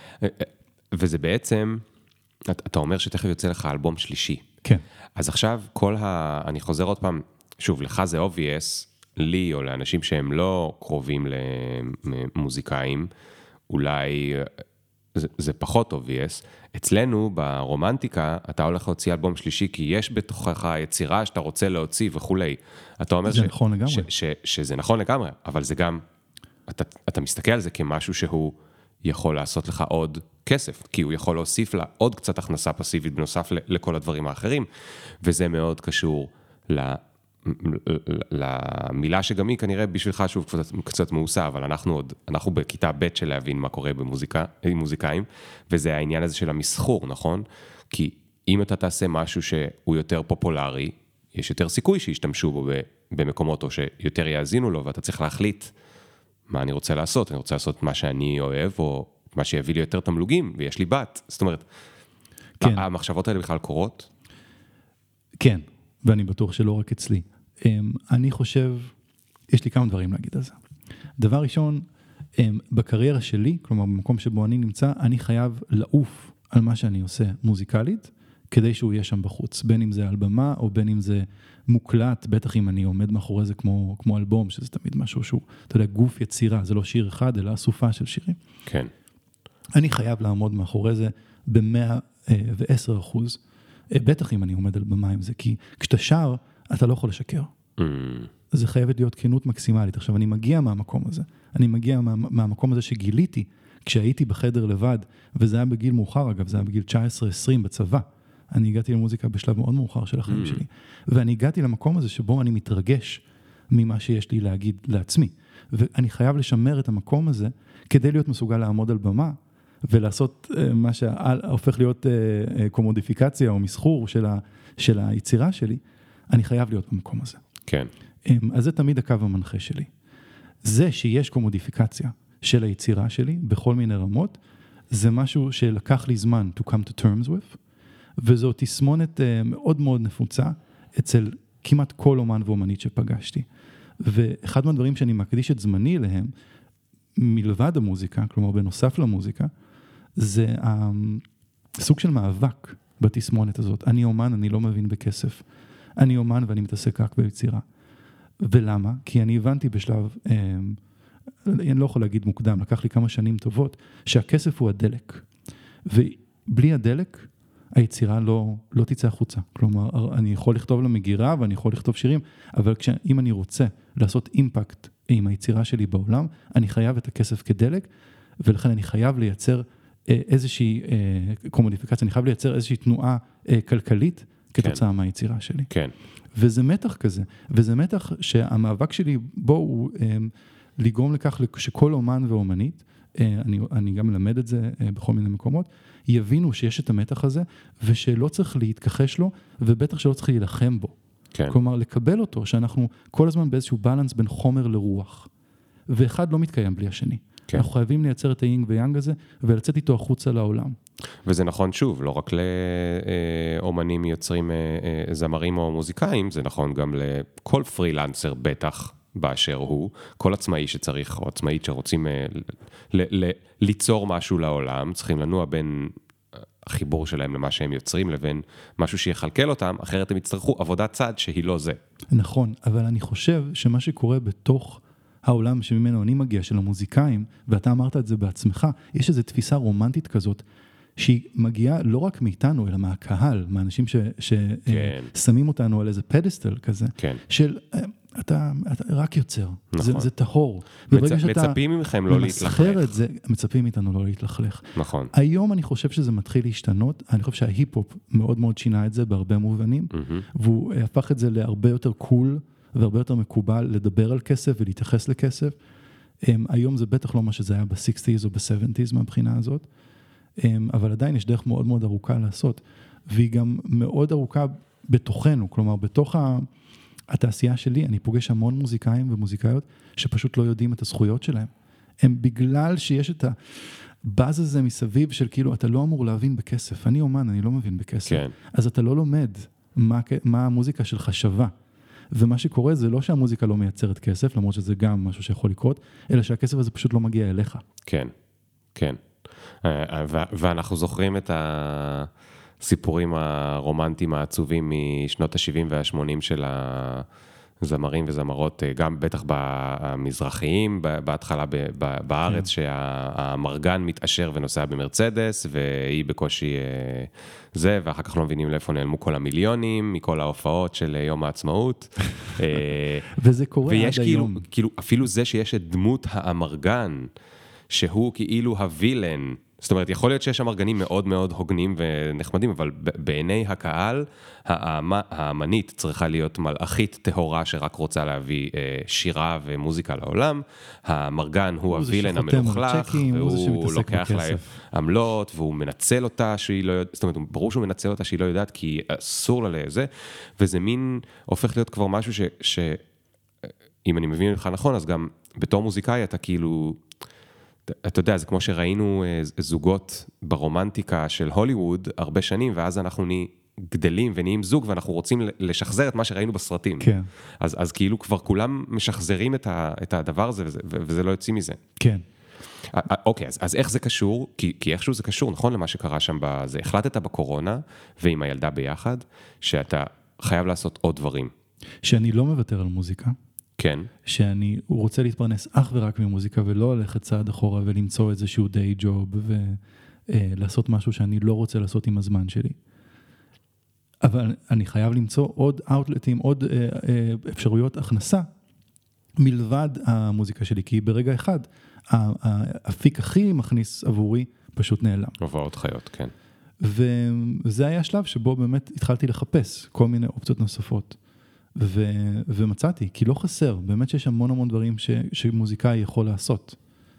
וזה בעצם, אתה אומר שתכף יוצא לך אלבום שלישי. כן. אז עכשיו אני חוזר עוד פעם, שוב, לך זה obvious, לי או לאנשים שהם לא קרובים למוזיקאים, אולי זה פחות obvious. אצלנו ברומנטיקה, אתה הולך להוציא אלבום שלישי, כי יש בתוכך יצירה שאתה רוצה להוציא וכולי. אתה אומר זה נכון לגמרי. שזה נכון לגמרי, אבל זה גם, אתה מסתכל על זה כמשהו שהוא יכול לעשות לך עוד כסף, כי הוא יכול להוסיף לה עוד קצת הכנסה פסיבית בנוסף לכל הדברים האחרים, וזה מאוד קשור למילה שגם היא כנראה בשבילך שוב קצת מעושה, אבל אנחנו בכיתה ב' של להבין מה קורה במוזיקאים, וזה העניין הזה של המסחור, נכון? כי אם אתה תעשה משהו שהוא יותר פופולרי, יש יותר סיכוי שישתמשו בו במקומות או שיותר יאזינו לו, ואתה צריך להחליט מה אני רוצה לעשות. אני רוצה לעשות מה שאני אוהב, או מה שיביא לי יותר תמלוגים, ויש לי בת. זאת אומרת, כן. המחשבות האלה בכלל קורות? כן, ואני בטוח שלא רק אצלי. אני חושב, יש לי כמה דברים להגיד על זה. דבר ראשון, בקריירה שלי, כלומר במקום שבו אני נמצא, אני חייב לעוף על מה שאני עושה מוזיקלית, כדי שהוא יהיה שם בחוץ, בין אם זה על במה, או בין אם זה מוקלט, בטח אם אני עומד מאחורי זה כמו אלבום, שזה תמיד משהו שהוא, אתה יודע, גוף יצירה, זה לא שיר אחד, אלא אסופה של שירים. כן. אני חייב לעמוד מאחורי זה ב-110%, בטח אם אני עומד על במה עם זה, כי כשאתה שר, אתה לא יכול לשקר. זה חייבת להיות כנות מקסימלית. עכשיו, אני מגיע מהמקום הזה. אני מגיע מהמקום הזה שגיליתי, כשהייתי בחדר לבד, וזה היה בגיל מאוחר, אגב, זה היה בגיל 19-20 בצבא. אני הגעתי למוזיקה בשלב מאוד מאוחר של החיים שלי. ואני הגעתי למקום הזה שבו אני מתרגש ממה שיש לי להגיד לעצמי. ואני חייב לשמר את המקום הזה, כדי להיות מסוגל לעמוד על במה, ולעשות מה שהופך להיות קומודיפיקציה או מסחור של היצירה שלי, אני חייב להיות במקום הזה. כן. אז זה תמיד הקו המנחה שלי. זה שיש קומודיפיקציה של היצירה שלי, בכל מיני רמות, זה משהו שלקח לי זמן to come to terms with, וזו תסמונת מאוד מאוד נפוצה אצל כמעט כל אומן ואומנית שפגשתי. ואחד מהדברים שאני מקדיש את זמני אליהם, מלבד המוזיקה, כלומר בנוסף למוזיקה, זה סוג של מאבק בתסמונת הזאת. אני אומן, אני לא מבין בכסף. אני אומן ואני מתעסק רק ביצירה. ולמה? כי אני הבנתי בשלב, אני לא יכול להגיד מוקדם, לקח לי כמה שנים טובות, שהכסף הוא הדלק. ובלי הדלק, היצירה לא תצא החוצה. כלומר, אני יכול לכתוב למגירה ואני יכול לכתוב שירים, אבל אם אני רוצה לעשות אימפקט עם היצירה שלי בעולם, אני חייב את הכסף כדלק, ולכן אני חייב לייצר איזושהי קומודיפיקציה, אני חייב לייצר איזושהי תנועה כלכלית כתוצאה מהיצירה שלי. כן. וזה מתח כזה, וזה מתח שהמאבק שלי בו הוא לגרום לכך שכל אומן ואומנית, אני גם מלמד את זה בכל מיני מקומות, יבינו שיש את המתח הזה, ושלא צריך להתכחש לו, ובטח שלא צריך להילחם בו. כן. כלומר, לקבל אותו, שאנחנו כל הזמן באיזשהו בלנס בין חומר לרוח, ואחד לא מתקיים בלי השני. כן. אנחנו חייבים לייצר את היינג ויאנג הזה, ולצאת איתו החוצה לעולם. וזה נכון שוב, לא רק לאומנים יוצרים זמרים או מוזיקאים, זה נכון גם לכל פרילנסר בטח באשר הוא, כל עצמאי שצריך, או עצמאית שרוצים ליצור משהו לעולם, צריכים לנוע בין החיבור שלהם למה שהם יוצרים, לבין משהו שיחלקל אותם, אחרת הם יצטרכו עבודת צד שהיא לא זה. נכון, אבל אני חושב שמה שקורה בתוך העולם שממנו אני מגיע, של המוזיקאים, ואתה אמרת את זה בעצמך, יש איזו תפיסה רומנטית כזאת, שהיא מגיעה לא רק מאיתנו, אלא מהקהל, מהאנשים ששמים אותנו על איזה פדסטל כזה, של אתה רק יוצר, זה טהור. מצפים ממכם לא להתלכלך. מצפים מאיתנו לא להתלכלך. נכון. היום אני חושב שזה מתחיל להשתנות, אני חושב שההיפ-הופ מאוד מאוד שינה את זה בהרבה מובנים, והוא הפך את זה להרבה יותר קול, והרבה יותר מקובל לדבר על כסף ולהתייחס לכסף. היום זה בטח לא מה שזה היה ב-60s או ב-70s מהבחינה הזאת, אבל עדיין יש דרך מאוד מאוד ארוכה לעשות, והיא גם מאוד ארוכה בתוכנו, כלומר בתוך התעשייה שלי, אני פוגש המון מוזיקאים ומוזיקאיות שפשוט לא יודעים את הזכויות שלהם. הם בגלל שיש את הבאז הזה מסביב של כאילו, אתה לא אמור להבין בכסף. אני אומן, אני לא מבין בכסף. כן. אז אתה לא לומד מה המוזיקה שלך שווה. ומה שקורה זה לא שהמוזיקה לא מייצרת כסף, למרות שזה גם משהו שיכול לקרות, אלא שהכסף הזה פשוט לא מגיע אליך. כן, כן. ואנחנו זוכרים את הסיפורים הרומנטיים העצובים משנות ה-70 וה-80 של הזמרים וזמרות, גם בטח במזרחיים, בהתחלה בארץ, שהמרגן מתאשר ונוסע במרצדס, והיא בקושי זה, ואחר כך לא מבינים לאיפה נעלמו כל המיליונים, מכל ההופעות של יום העצמאות. וזה קורה עד היום. ויש כאילו, אפילו זה שיש את דמות המרגן, שהוא כאילו הווילן, זאת אומרת, יכול להיות שיש המרגנים מאוד מאוד הוגנים ונחמדים, אבל בעיני הקהל, האמנית צריכה להיות מלאכית טהורה שרק רוצה להביא שירה ומוזיקה לעולם. המרגן הוא הווילן המלוכלך, והוא לוקח לה עמלות, והוא מנצל אותה שהיא לא יודעת, זאת אומרת, ברור שהוא מנצל אותה שהיא לא יודעת, כי אסור לה לזה, וזה מין הופך להיות כבר משהו אם אני מבין אותך נכון, אז גם בתור מוזיקאי אתה כאילו, אתה יודע, זה כמו שראינו זוגות ברומנטיקה של הוליווד הרבה שנים, ואז אנחנו גדלים ונהיים זוג, ואנחנו רוצים לשחזר את מה שראינו בסרטים. כן. אז כאילו כבר כולם משחזרים את הדבר הזה, וזה לא יוצא מזה. כן. אוקיי, אז איך זה קשור? כי איכשהו זה קשור, נכון, למה שקרה שם בזה. החלטת בקורונה, ועם הילדה ביחד, שאתה חייב לעשות עוד דברים. שאני לא מוותר על מוזיקה. כן. שאני רוצה להתפרנס אך ורק ממוזיקה, ולא ללכת צעד אחורה ולמצוא איזשהו דיי ג'וב, ולעשות משהו שאני לא רוצה לעשות עם הזמן שלי. אבל אני חייב למצוא עוד אאוטלטים, עוד אפשרויות הכנסה, מלבד המוזיקה שלי, כי ברגע אחד, האפיק הכי מכניס עבורי פשוט נעלם. הופעות חיות, כן. וזה היה השלב שבו באמת התחלתי לחפש כל מיני אופציות נוספות. ומצאתי, כי לא חסר, באמת שיש המון המון דברים שמוזיקאי יכול לעשות.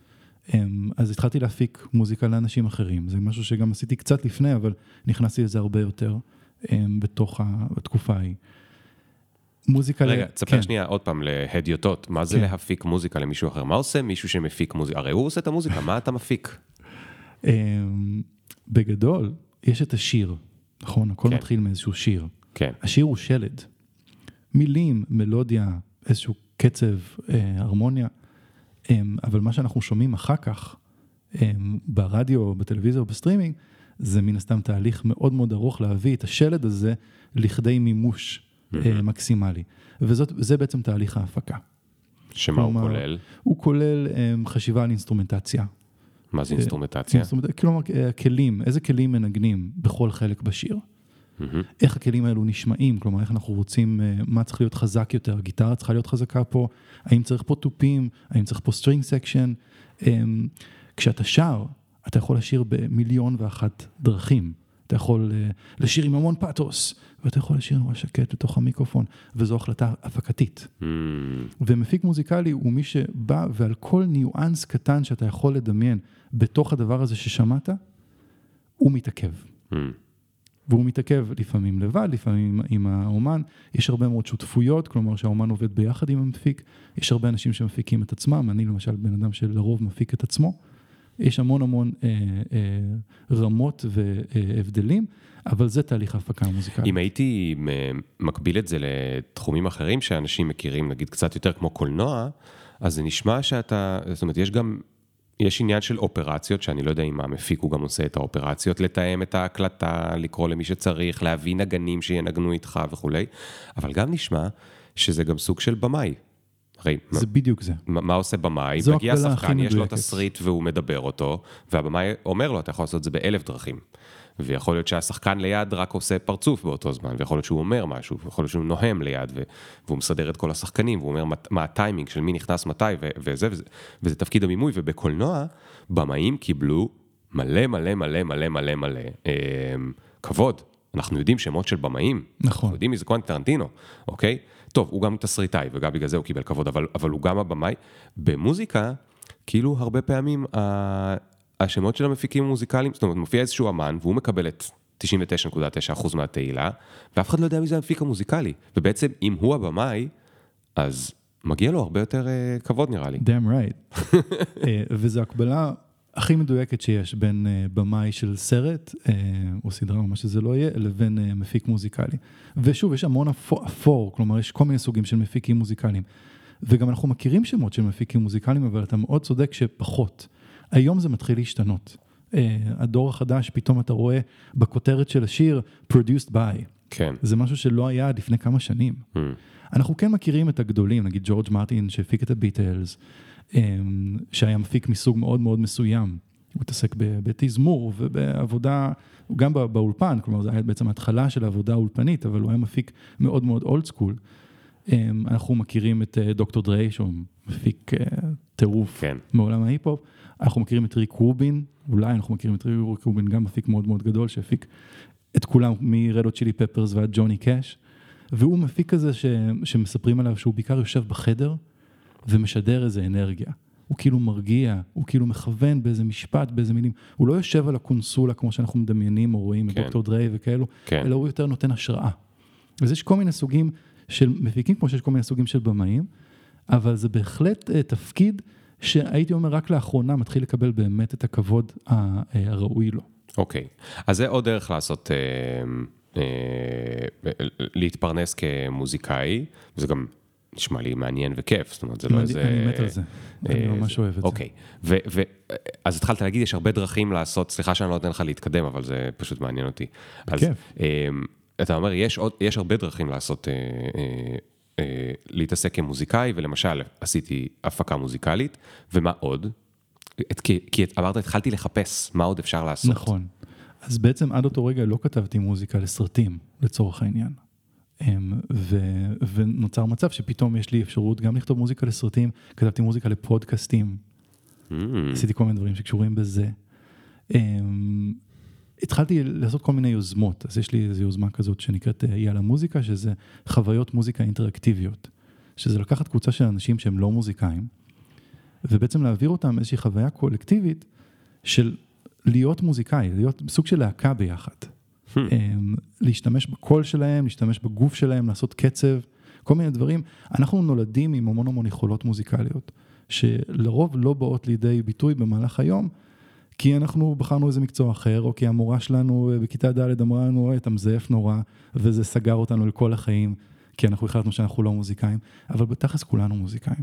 אז התחלתי להפיק מוזיקה לאנשים אחרים, זה משהו שגם עשיתי קצת לפני, אבל נכנסתי לזה הרבה יותר בתוך התקופה ההיא. מוזיקה... רגע, תספר שנייה עוד פעם להדיוטות, מה זה להפיק מוזיקה למישהו אחר? מה עושה מישהו שמפיק מוזיקה? הרי הוא עושה את המוזיקה, מה אתה מפיק? בגדול, יש את השיר, נכון? הכל מתחיל מאיזשהו שיר. כן. השיר הוא שלד. מילים, מלודיה, איזשהו קצב, הרמוניה, אבל מה שאנחנו שומעים אחר כך, ברדיו, בטלוויזיה או בסטרימינג, זה מן הסתם תהליך מאוד מאוד ארוך להביא את השלד הזה לכדי מימוש מקסימלי. וזה בעצם תהליך ההפקה. שמה הוא כולל? הוא כולל חשיבה על אינסטרומנטציה. מה זה אינסטרומנטציה? כלומר, כלים, איזה כלים מנגנים בכל חלק בשיר. איך הכלים האלו נשמעים, כלומר, איך אנחנו רוצים, מה צריך להיות חזק יותר, הגיטרה צריכה להיות חזקה פה, האם צריך פה טופים, האם צריך פה סטרינג סקשן, כשאתה שר, אתה יכול לשיר ב1,000,001 דרכים, אתה יכול לשיר עם המון פאטוס, ואתה יכול לשיר נורא שקט לתוך המיקרופון, וזו החלטה הפקתית. ומפיק מוזיקלי הוא מי שבא, ועל כל ניואנס קטן שאתה יכול לדמיין, בתוך הדבר הזה ששמעת, הוא מתעכב. והוא מתעכב לפעמים לבד, לפעמים עם האומן. יש הרבה מאוד שותפויות, כלומר שהאומן עובד ביחד עם המפיק. יש הרבה אנשים שמפיקים את עצמם, אני למשל בן אדם שלרוב מפיק את עצמו. יש המון רמות והבדלים, אבל זה תהליך ההפקה המוזיקלית. אם הייתי מקביל את זה לתחומים אחרים שאנשים מכירים, נגיד קצת יותר כמו קולנוע, אז זה נשמע שאתה, זאת אומרת, יש עניין של אופרציות, שאני לא יודע אם המפיק הוא גם עושה את האופרציות, לתאם את ההקלטה, לקרוא למי שצריך, להביא נגנים שינגנו איתך וכו'. אבל גם נשמע שזה גם סוג של במאי. הרי, זה בדיוק זה. מה עושה במאי? מגיע שחקן, יש לו תסריט והוא מדבר אותו, והבמאי אומר לו, אתה יכול לעשות את זה ב1,000 דרכים. ויכול להיות שהשחקן ליד רק עושה פרצוף באותו זמן, ויכול להיות שהוא אומר משהו, ויכול להיות שהוא נוהם ליד, והוא מסדר את כל השחקנים, והוא אומר מה הטיימינג של מי נכנס מתי, וזה תפקיד המימוי, ובקולנוע, במאים קיבלו מלא כבוד. אנחנו יודעים שמות של במאים, אנחנו יודעים מי זה קוונטין טרנטינו, אוקיי? טוב, הוא גם תסריטאי, וגם בגלל זה הוא קיבל כבוד, אבל הוא גם הבמאי. במוזיקה, כאילו הרבה פעמים השמות של המפיקים המוזיקליים, זאת אומרת, מופיע איזשהו אמן, והוא מקבל את 99.9% מהתהילה, ואף אחד לא יודע מי זה המפיק המוזיקלי. ובעצם, אם הוא הבמאי, אז מגיע לו הרבה יותר כבוד, נראה לי. Damn right. וזו הקבלה הכי מדויקת שיש בין במאי של סרט, או סדרה, או מה שזה לא יהיה, לבין מפיק מוזיקלי. ושוב, יש המון אפור, כלומר, יש כל מיני סוגים של מפיקים מוזיקליים. וגם אנחנו מכירים שמות של מפיקים מוזיקליים, אבל אתה מאוד צודק שפחות. היום זה מתחיל להשתנות. הדור החדש, פתאום אתה רואה בכותרת של השיר, produced by. כן. זה משהו שלא היה עד לפני כמה שנים. אנחנו כן מכירים את הגדולים, נגיד ג'ורג' מרטין שהפיק את הביטלס, שהיה מפיק מסוג מאוד מאוד מסוים. הוא התעסק בתזמור ובעבודה, גם באולפן, כלומר זה היה בעצם ההתחלה של העבודה האולפנית, אבל הוא היה מפיק מאוד מאוד אולד סקול. אנחנו מכירים את דוקטור דריי, שהוא מפיק טירוף מעולם ההיפ-הופ. אנחנו מכירים את ריק רובין, אולי אנחנו מכירים את ריק רובין, גם מפיק מאוד מאוד גדול, שהפיק את כולם מרד הוט צ'ילי פפרס ועד ג'וני קאש, והוא מפיק כזה שמספרים עליו שהוא בעיקר יושב בחדר, ומשדר איזה אנרגיה. הוא כאילו מרגיע, הוא כאילו מכוון באיזה משפט, באיזה מילים. הוא לא יושב על הקונסולה, כמו שאנחנו מדמיינים או רואים, דוקטור דריי וכאלו, אלא הוא יותר נותן השראה. אז יש כל מיני סוגים של מפיקים, כמו שיש כל מיני סוגים של במאים, אבל זה בהחלט תפקיד שהייתי אומר רק לאחרונה מתחיל לקבל באמת את הכבוד הראוי לו. אוקיי, אז זה עוד דרך לעשות, להתפרנס כמוזיקאי, וזה גם נשמע לי מעניין וכיף, זאת אומרת, זה לא איזה... אני מת על זה, אני ממש אוהב את זה. אוקיי, אז התחלת להגיד, יש הרבה דרכים לעשות, סליחה שאני לא נותן לך להתקדם, אבל זה פשוט מעניין אותי. בכיף. אתה אומר, יש הרבה דרכים לעשות, להתעסק כמוזיקאי, ולמשל, עשיתי הפקה מוזיקלית, ומה עוד? כי אמרת, התחלתי לחפש מה עוד אפשר לעשות. נכון. אז בעצם עד אותו רגע לא כתבתי מוזיקה לסרטים, לצורך העניין. ונוצר מצב שפתאום יש לי אפשרות גם לכתוב מוזיקה לסרטים, כתבתי מוזיקה לפודקאסטים, עשיתי כל מיני דברים שקשורים בזה. התחלתי לעשות כל מיני יוזמות, אז יש לי איזו יוזמה כזאת שנקראת יאללה מוזיקה, שזה חוויות מוזיקה אינטראקטיביות, שזה לקחת קבוצה של אנשים שהם לא מוזיקאים, ובעצם להעביר אותם איזושהי חוויה קולקטיבית של להיות מוזיקאי, להיות סוג של להקה ביחד. להשתמש בקול שלהם, להשתמש בגוף שלהם, לעשות קצב, כל מיני דברים. אנחנו נולדים עם המון יכולות מוזיקליות, שלרוב לא באות לידי ביטוי במהלך היום, כי אנחנו בחרנו איזה מקצוע אחר, או כי המורה שלנו בכיתה ד' אמרה לנו, אתה מזייף נורא, וזה סגר אותנו לכל החיים, כי אנחנו החלטנו שאנחנו לא מוזיקאים, אבל בתכלס כולנו מוזיקאים.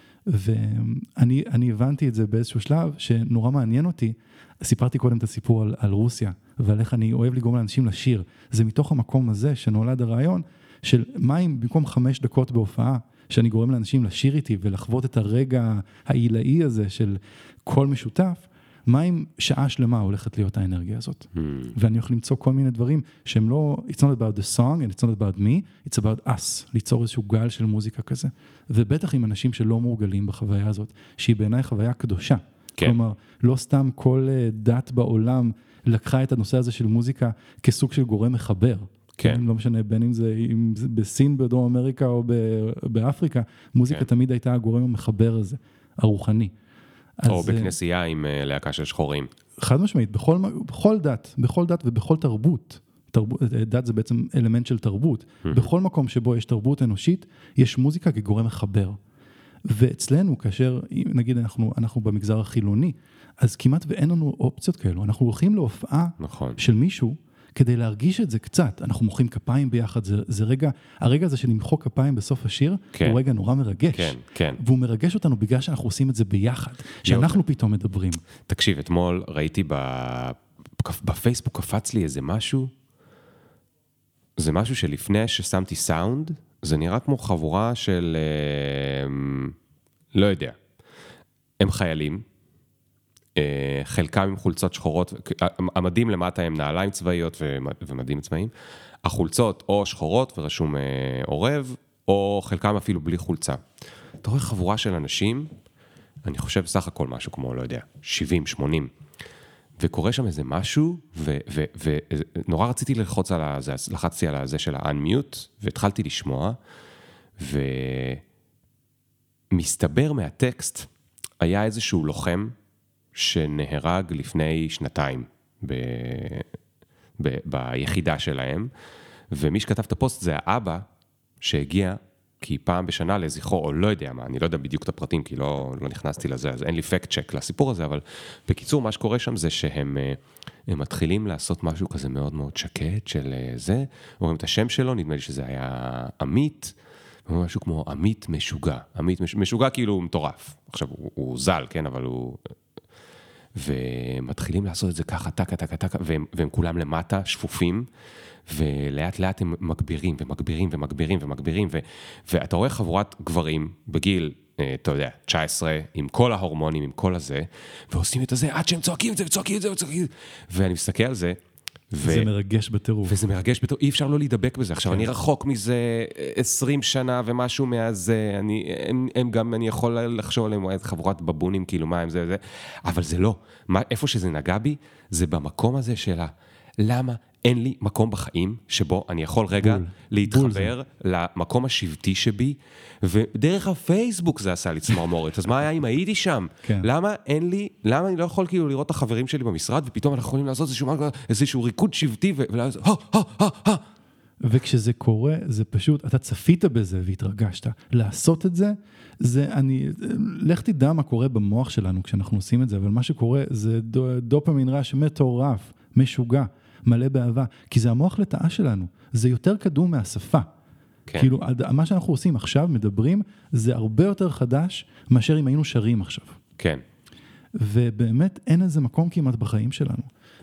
ואני הבנתי את זה באיזשהו שלב, שנורא מעניין אותי, סיפרתי קודם את הסיפור על רוסיה, ועל איך אני אוהב לגרום לאנשים לשיר. זה מתוך המקום הזה שנולד הרעיון, של מה אם במקום 5 דקות בהופעה, שאני גורם לאנשים לשיר איתי, ולחוות את הרגע העילאי הזה של כל משותף, מה אם שעה שלמה הולכת להיות האנרגיה הזאת? ואני הולך למצוא כל מיני דברים שהם לא, it's not about the song, and it's not about me, it's about us, ליצור איזשהו גל של מוזיקה כזה. ובטח עם אנשים שלא מורגלים בחוויה הזאת, שהיא בעיניי חוויה קדושה. כן. כלומר, לא סתם כל דת בעולם לקחה את הנושא הזה של מוזיקה כסוג של גורם מחבר. כן. לא משנה, בין אם זה בסין, בדרום אמריקה או באפריקה, מוזיקה כן. תמיד הייתה הגורם המחבר הזה, הרוחני. או בכנסייה עם להקה של שחורים. חד משמעית, בכל דת ובכל תרבות, דת זה בעצם אלמנט של תרבות, בכל מקום שבו יש תרבות אנושית, יש מוזיקה כגורם מחבר. ואצלנו, כאשר, נגיד אנחנו במגזר החילוני, אז כמעט ואין לנו אופציות כאלו, אנחנו הולכים להופעה נכון. של מישהו, כדי להרגיש את זה קצת, אנחנו מוחאים כפיים ביחד, זה רגע, הרגע הזה של למחוא כפיים בסוף השיר, כן. הוא רגע נורא מרגש. כן, כן. והוא מרגש אותנו בגלל שאנחנו עושים את זה ביחד, שאנחנו פתאום מדברים. תקשיב, אתמול ראיתי בפייסבוק קפץ לי איזה משהו, זה משהו שלפני ששמתי סאונד, זה נראה כמו חבורה של, לא יודע, הם חיילים, חלקם עם חולצות שחורות, המדים למטה הם נעליים צבאיות ומדים צבאיים, החולצות או שחורות ורשום עורב, או חלקם אפילו בלי חולצה. אתה רואה חבורה של אנשים, אני חושב סך הכל משהו כמו, לא יודע, 70, 80, וקורה שם איזה משהו, ונורא רציתי ללחוץ על זה, לחצתי על זה של ה-unmute, והתחלתי לשמוע, ומסתבר מהטקסט, היה איזשהו לוחם, שנהרג לפני 2 ביחידה שלהם, ומי שכתב את הפוסט זה האבא שהגיע, כי פעם בשנה לזכרו, או לא יודע מה, אני לא יודע בדיוק את הפרטים, כי לא נכנסתי לזה, אז אין לי פקט צ'ק לסיפור הזה, אבל בקיצור, מה שקורה שם זה שהם מתחילים לעשות משהו כזה מאוד מאוד שקט של זה, אומרים את השם שלו, נדמה לי שזה היה עמית, משהו כמו עמית משוגע, עמית משוגע כאילו הוא מטורף, עכשיו הוא זל, כן, אבל הוא... ומתחילים לעשות את זה ככה, טקה, טקה, טקה, והם כולם למטה, שפופים, ולאט לאט הם מגבירים, ומגבירים, ומגבירים, ומגבירים, ואתה רואה חבורת גברים בגיל, אתה יודע, 19, עם כל ההורמונים, עם כל הזה, ועושים את זה, עד שהם צועקים את זה, וצועקים את זה, וצועקים את זה, ואני מסתכל על זה, זה מרגש בטירוף. וזה מרגש בטירוף, אי אפשר לא להידבק בזה. עכשיו, אני רחוק מזה 20 שנה ומשהו מהזה, הם גם, אני יכול לחשוב עליהם, חבורת בבונים, כאילו, מה הם זה, אבל זה לא. איפה שזה נגע בי, זה במקום הזה שלה. למה אין לי מקום בחיים שבו אני יכול רגע להתחבר למקום השבטי שבי, ודרך הפייסבוק זה עשה לי צמרמורת. אז מה היה אם הייתי שם? למה אין לי, למה אני לא יכול כאילו לראות את החברים שלי במשרד, ופתאום אנחנו יכולים לעשות איזשהו ריקוד שבטי, וכשזה קורה, זה פשוט, אתה צפית בזה והתרגשת. לעשות את זה, לך תדע מה קורה במוח שלנו כשאנחנו עושים את זה, אבל מה שקורה זה דופמין רעש מטורף, משוגע, מלא באהבה, כי זה המוח לטעה שלנו, זה יותר קדום מהשפה. כן. כאילו, מה שאנחנו עושים עכשיו, מדברים, זה הרבה יותר חדש, מאשר אם היינו שרים עכשיו. כן. ובאמת אין איזה מקום כמעט בחיים שלנו.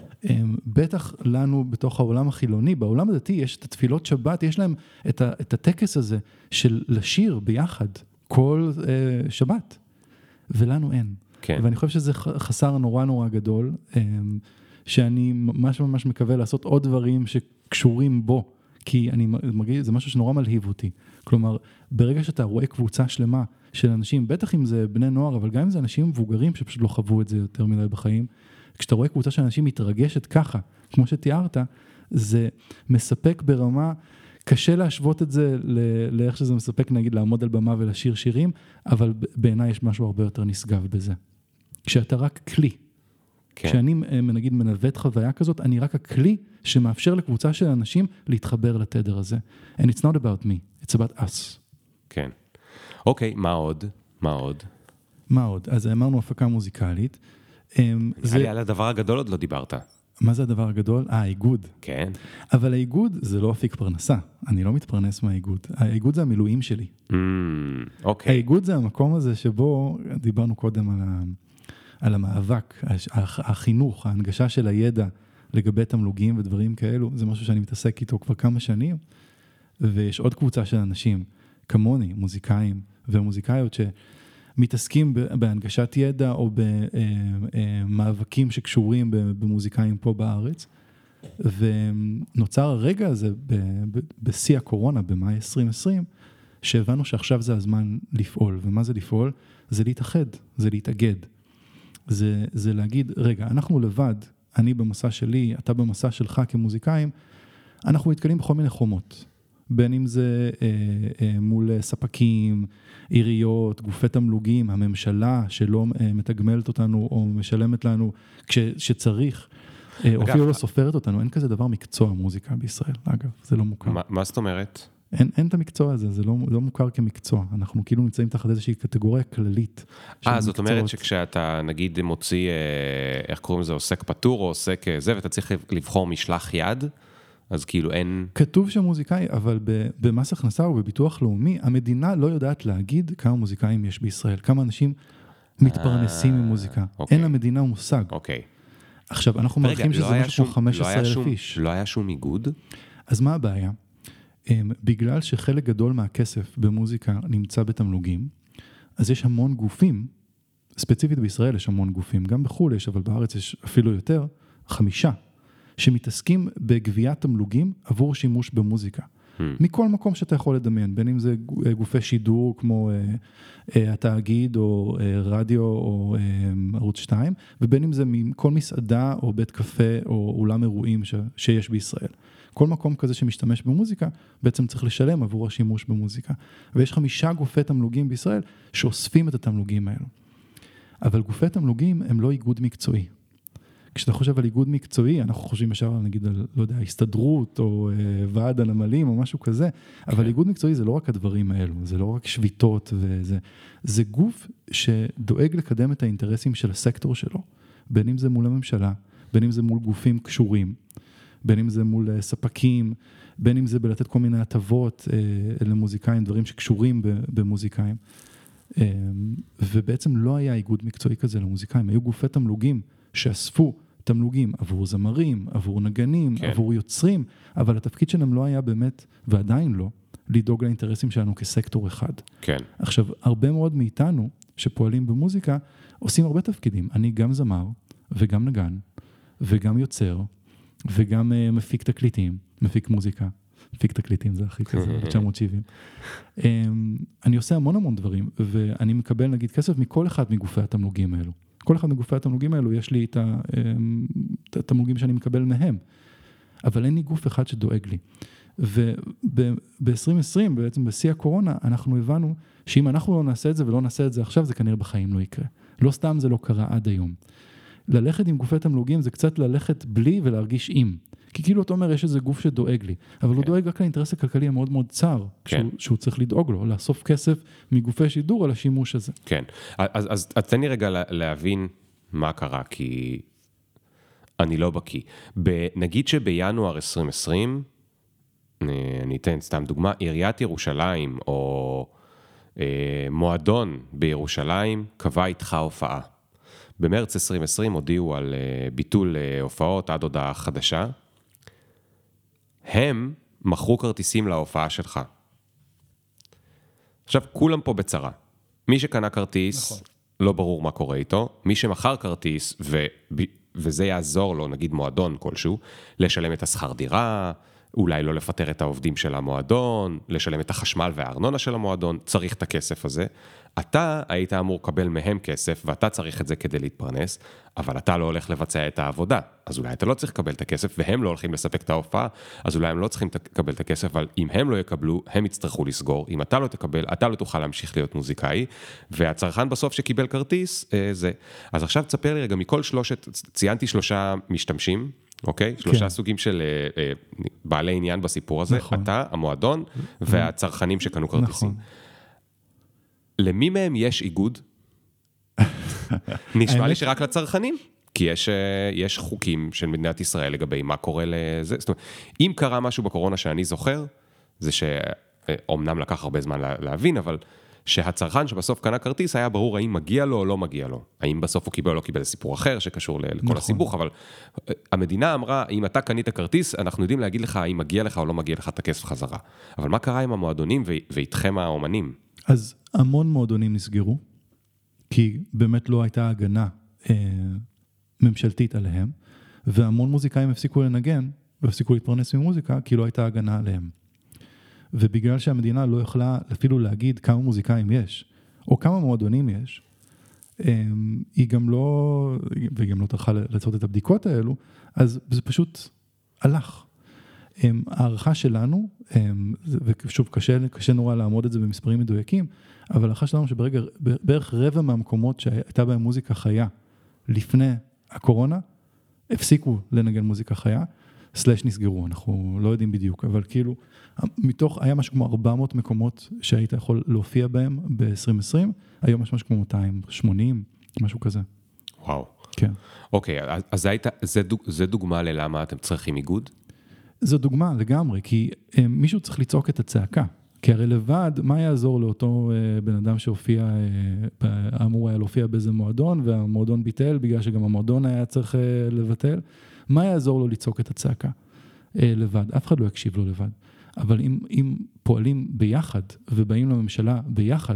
בטח לנו בתוך העולם החילוני, בעולם הדתי יש את התפילות שבת, יש להם את הטקס הזה של לשיר ביחד כל שבת, ולנו אין. כן. ואני חושב שזה חסר נורא נורא גדול, שאני ממש מקווה לעשות עוד דברים שקשורים בו, כי אני מרגיש, זה משהו שנורא מלהיב אותי. כלומר, ברגע שאתה רואה קבוצה שלמה של אנשים, בטח אם זה בני נוער, אבל גם אם זה אנשים מבוגרים שפשוט לא חוו את זה יותר מדי בחיים, כשאתה רואה קבוצה של אנשים מתרגשת ככה, כמו שתיארת, זה מספק ברמה, קשה להשוות את זה לאיך שזה מספק, נגיד, לעמוד על במה ולשיר שירים, אבל בעיניי יש משהו הרבה יותר נשגב בזה. כשאתה רק כלי, כן. כשאני, נגיד, מנווט חוויה כזאת, אני רק הכלי שמאפשר לקבוצה של אנשים להתחבר לתדר הזה. And it's not about me, it's about us. כן. אוקיי, מה עוד? מה עוד? אז אמרנו הפקה מוזיקלית. זה על הדבר הגדול עוד לא דיברת. מה זה הדבר הגדול? האיגוד. כן. אבל האיגוד זה לא אפיק פרנסה. אני לא מתפרנס מהאיגוד. האיגוד זה המילואים שלי. אוקיי. האיגוד זה המקום הזה שבו דיברנו קודם על המאבק, החינוך, ההנגשה של הידע לגבי תמלוגים ודברים כאלו. זה משהו שאני מתעסק איתו כבר כמה שנים. ויש עוד קבוצה של אנשים, כמוני, מוזיקאים ומוזיקאיות מתעסקים בהנגשת ידע או במאבקים שקשורים במוזיקאים פה בארץ, ונוצר הרגע הזה בשיא הקורונה, במאי 2020, שהבנו שעכשיו זה הזמן לפעול, ומה זה לפעול? זה להתאחד, זה להתאגד. זה להגיד, רגע, אנחנו לבד, אני במסע שלי, אתה במסע שלך כמוזיקאים, אנחנו נתקלים בכל מיני חומות. בין אם זה מול ספקים, עיריות, גופי תמלוגים, הממשלה שלא מתגמלת אותנו או משלמת לנו כשצריך, או אפילו לא סופרת אותנו. אין כזה דבר מקצוע מוזיקה בישראל, אגב, זה לא מוכר. מה זאת אומרת? אין את המקצוע הזה, זה לא מוכר כמקצוע. אנחנו כאילו נמצאים תחת איזושהי קטגוריה כללית. זאת אומרת שכשאתה נגיד מוציא, איך קוראים לזה, עוסק פטור או עוסק זה, ואתה צריך לבחור משלח יד, אז כאילו אין... כתוב שמוזיקאי, אבל במס הכנסה ובביטוח לאומי, המדינה לא יודעת להגיד כמה מוזיקאים יש בישראל, כמה אנשים מתפרנסים ממוזיקה. אין למדינה מושג. אוקיי. עכשיו, אנחנו מעריכים שזה משהו כמו 15,000 איש. לא היה שום איגוד? אז מה הבעיה? בגלל שחלק גדול מהכסף במוזיקה נמצא בתמלוגים, אז יש המון גופים, ספציפית בישראל יש המון גופים, גם בחו"ל יש, אבל בארץ יש אפילו יותר, 5, שמתעסקים בגביית תמלוגים עבור שימוש במוזיקה. מכל מקום שאתה יכול לדמיין, בין אם זה גופי שידור כמו התאגיד או רדיו או ערוץ 2, ובין אם זה מכל מסעדה או בית קפה או אולם אירועים שיש בישראל. כל מקום כזה שמשתמש במוזיקה, בעצם צריך לשלם עבור השימוש במוזיקה. ויש 5 גופי תמלוגים בישראל שאוספים את התמלוגים האלו. אבל גופי תמלוגים הם לא איגוד מקצועי. כשאתה חושב על איגוד מקצועי, אנחנו חושבים ישר, נגיד, על, לא יודע, הסתדרות או ועד הנמלים או משהו כזה, אבל איגוד מקצועי זה לא רק הדברים האלו, זה לא רק שביתות וזה, זה גוף שדואג לקדם את האינטרסים של הסקטור שלו, בין אם זה מול הממשלה, בין אם זה מול גופים קשורים, בין אם זה מול ספקים, בין אם זה בלתת כל מיני הטבות למוזיקאים, דברים שקשורים במוזיקאים, ובעצם לא היה איגוד מקצועי כזה למוזיקאים, היו גופי תמלוגים שאספו תמלוגים עבור זמרים, עבור נגנים, כן. עבור יוצרים, אבל התפקיד שלהם לא היה באמת, ועדיין לא, לדאוג לאינטרסים שלנו כסקטור אחד. כן. עכשיו, הרבה מאוד מאיתנו שפועלים במוזיקה, עושים הרבה תפקידים. אני גם זמר, וגם נגן, וגם יוצר, וגם מפיק תקליטים, מפיק מוזיקה. מפיק תקליטים, זה הכי כזה, 970. אני עושה המון דברים, ואני מקבל, נגיד, כסף מכל אחד מגופי התמלוגים האלו. כל אחד מגופי התמלוגים האלו, יש לי את התמלוגים שאני מקבל מהם, אבל אין לי גוף אחד שדואג לי. וב-2020, בעצם בשיא הקורונה, אנחנו הבנו שאם אנחנו לא נעשה את זה ולא נעשה את זה עכשיו, זה כנראה בחיים לא יקרה. לא סתם זה לא קרה עד היום. ללכת עם גופי תמלוגים זה קצת ללכת בלי ולהרגיש עם. כי כאילו אתה אומר, יש איזה גוף שדואג לי, אבל הוא דואג רק לאינטרס הכלכלי המאוד מאוד צר, שהוא צריך לדאוג לו, לאסוף כסף מגופי שידור על השימוש הזה. כן, אז תן לי רגע להבין מה קרה, כי אני לא בקיא. נגיד שבינואר 2020, אני אתן סתם דוגמה, עיריית ירושלים או מועדון בירושלים קבע איתך הופעה. במרץ 2020 הודיעו על ביטול הופעות עד הודעה חדשה. הם מכרו כרטיסים להופעה שלך. עכשיו, כולם פה בצרה. מי שקנה כרטיס, נכון. לא ברור מה קורה איתו. מי שמכר כרטיס, וזה יעזור לו, נגיד מועדון כלשהו, לשלם את השכר דירה, אולי לא לפטר את העובדים של המועדון, לשלם את החשמל והארנונה של המועדון, צריך את הכסף הזה. אתה היית אמור לקבל מהם כסף, ואתה צריך את זה כדי להתפרנס, אבל אתה לא הולך לבצע את העבודה. אז אולי אתה לא צריך לקבל את הכסף, והם לא הולכים לספק את ההופעה, אז אולי הם לא צריכים לקבל את הכסף, אבל אם הם לא יקבלו, הם יצטרכו לסגור. אם אתה לא תקבל, אתה לא תוכל להמשיך להיות מוזיקאי, והצרכן בסוף שקיבל כרטיס, זה. אז עכשיו תספר לי רגע, מכל ציינתי 3 משתמשים, אוקיי? 3 סוגים של בעלי עניין בסיפור הזה, אתה, המועדון, והצרכנים שקנו כרטיסים. למי מהם יש איגוד? נשמע לי שרק לצרכנים, כי יש חוקים של מדינת ישראל לגבי מה קורה לזה. זאת אומרת, אם קרה משהו בקורונה שאני זוכר, זה שאומנם לקח הרבה זמן להבין, אבל שהצרכן שבסוף קנה כרטיס היה ברור האם מגיע לו או לא מגיע לו. האם בסוף הוא קיבל או לא קיבל, זה סיפור אחר שקשור לכל הסיבוך, אבל המדינה אמרה, אם אתה קנית כרטיס, אנחנו יודעים להגיד לך האם מגיע לך או לא מגיע לך את הכסף חזרה. אבל מה קרה עם המועדונים ואיתכם האומנים? אז המון מועדונים נסגרו, כי באמת לא הייתה הגנה ממשלתית עליהם, והמון מוזיקאים הפסיקו לנגן, והפסיקו להתפרנס ממוזיקה, כי לא הייתה הגנה עליהם. ובגלל שהמדינה לא יכלה אפילו להגיד כמה מוזיקאים יש, או כמה מועדונים יש, היא גם לא, וגם לא תרכה לעשות את הבדיקות האלו, אז זה פשוט הלך. הערכה שלנו, ושוב, קשה נורא לעמוד את זה במספרים מדויקים, אבל הערכה שלנו שבערך רבע מהמקומות שהייתה בהם מוזיקה חיה לפני הקורונה, הפסיקו לנגן מוזיקה חיה, סלש נסגרו, אנחנו לא יודעים בדיוק, אבל כאילו, היה משהו כמו 400 מקומות שהיית יכול להופיע בהם ב-2020, היום יש משהו כמו 280, משהו כזה. וואו. כן. אוקיי, אז זה דוגמה ללמה אתם צריכים איגוד? זו דוגמה לגמרי, כי מישהו צריך לצעוק את הצעקה, כי הרי לבד, מה יעזור לאותו בן אדם שהופיע, אמור היה להופיע באיזה מועדון, והמועדון ביטל, בגלל שגם המועדון היה צריך לבטל, מה יעזור לו לצעוק את הצעקה לבד? אף אחד לא יקשיב לו לבד. אבל אם פועלים ביחד, ובאים לממשלה ביחד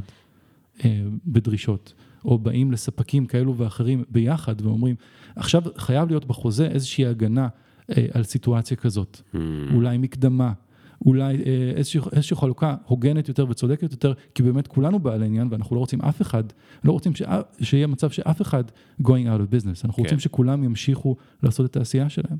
בדרישות, או באים לספקים כאלו ואחרים ביחד, ואומרים, עכשיו חייב להיות בחוזה איזושהי הגנה על סיטואציה כזאת. אולי מקדמה, אולי איזושהי חלוקה הוגנת יותר וצודקת יותר, כי באמת כולנו בעל העניין, ואנחנו לא רוצים אף אחד, לא רוצים שיהיה מצב שאף אחד going out of business. אנחנו רוצים שכולם ימשיכו לעשות את העשייה שלהם.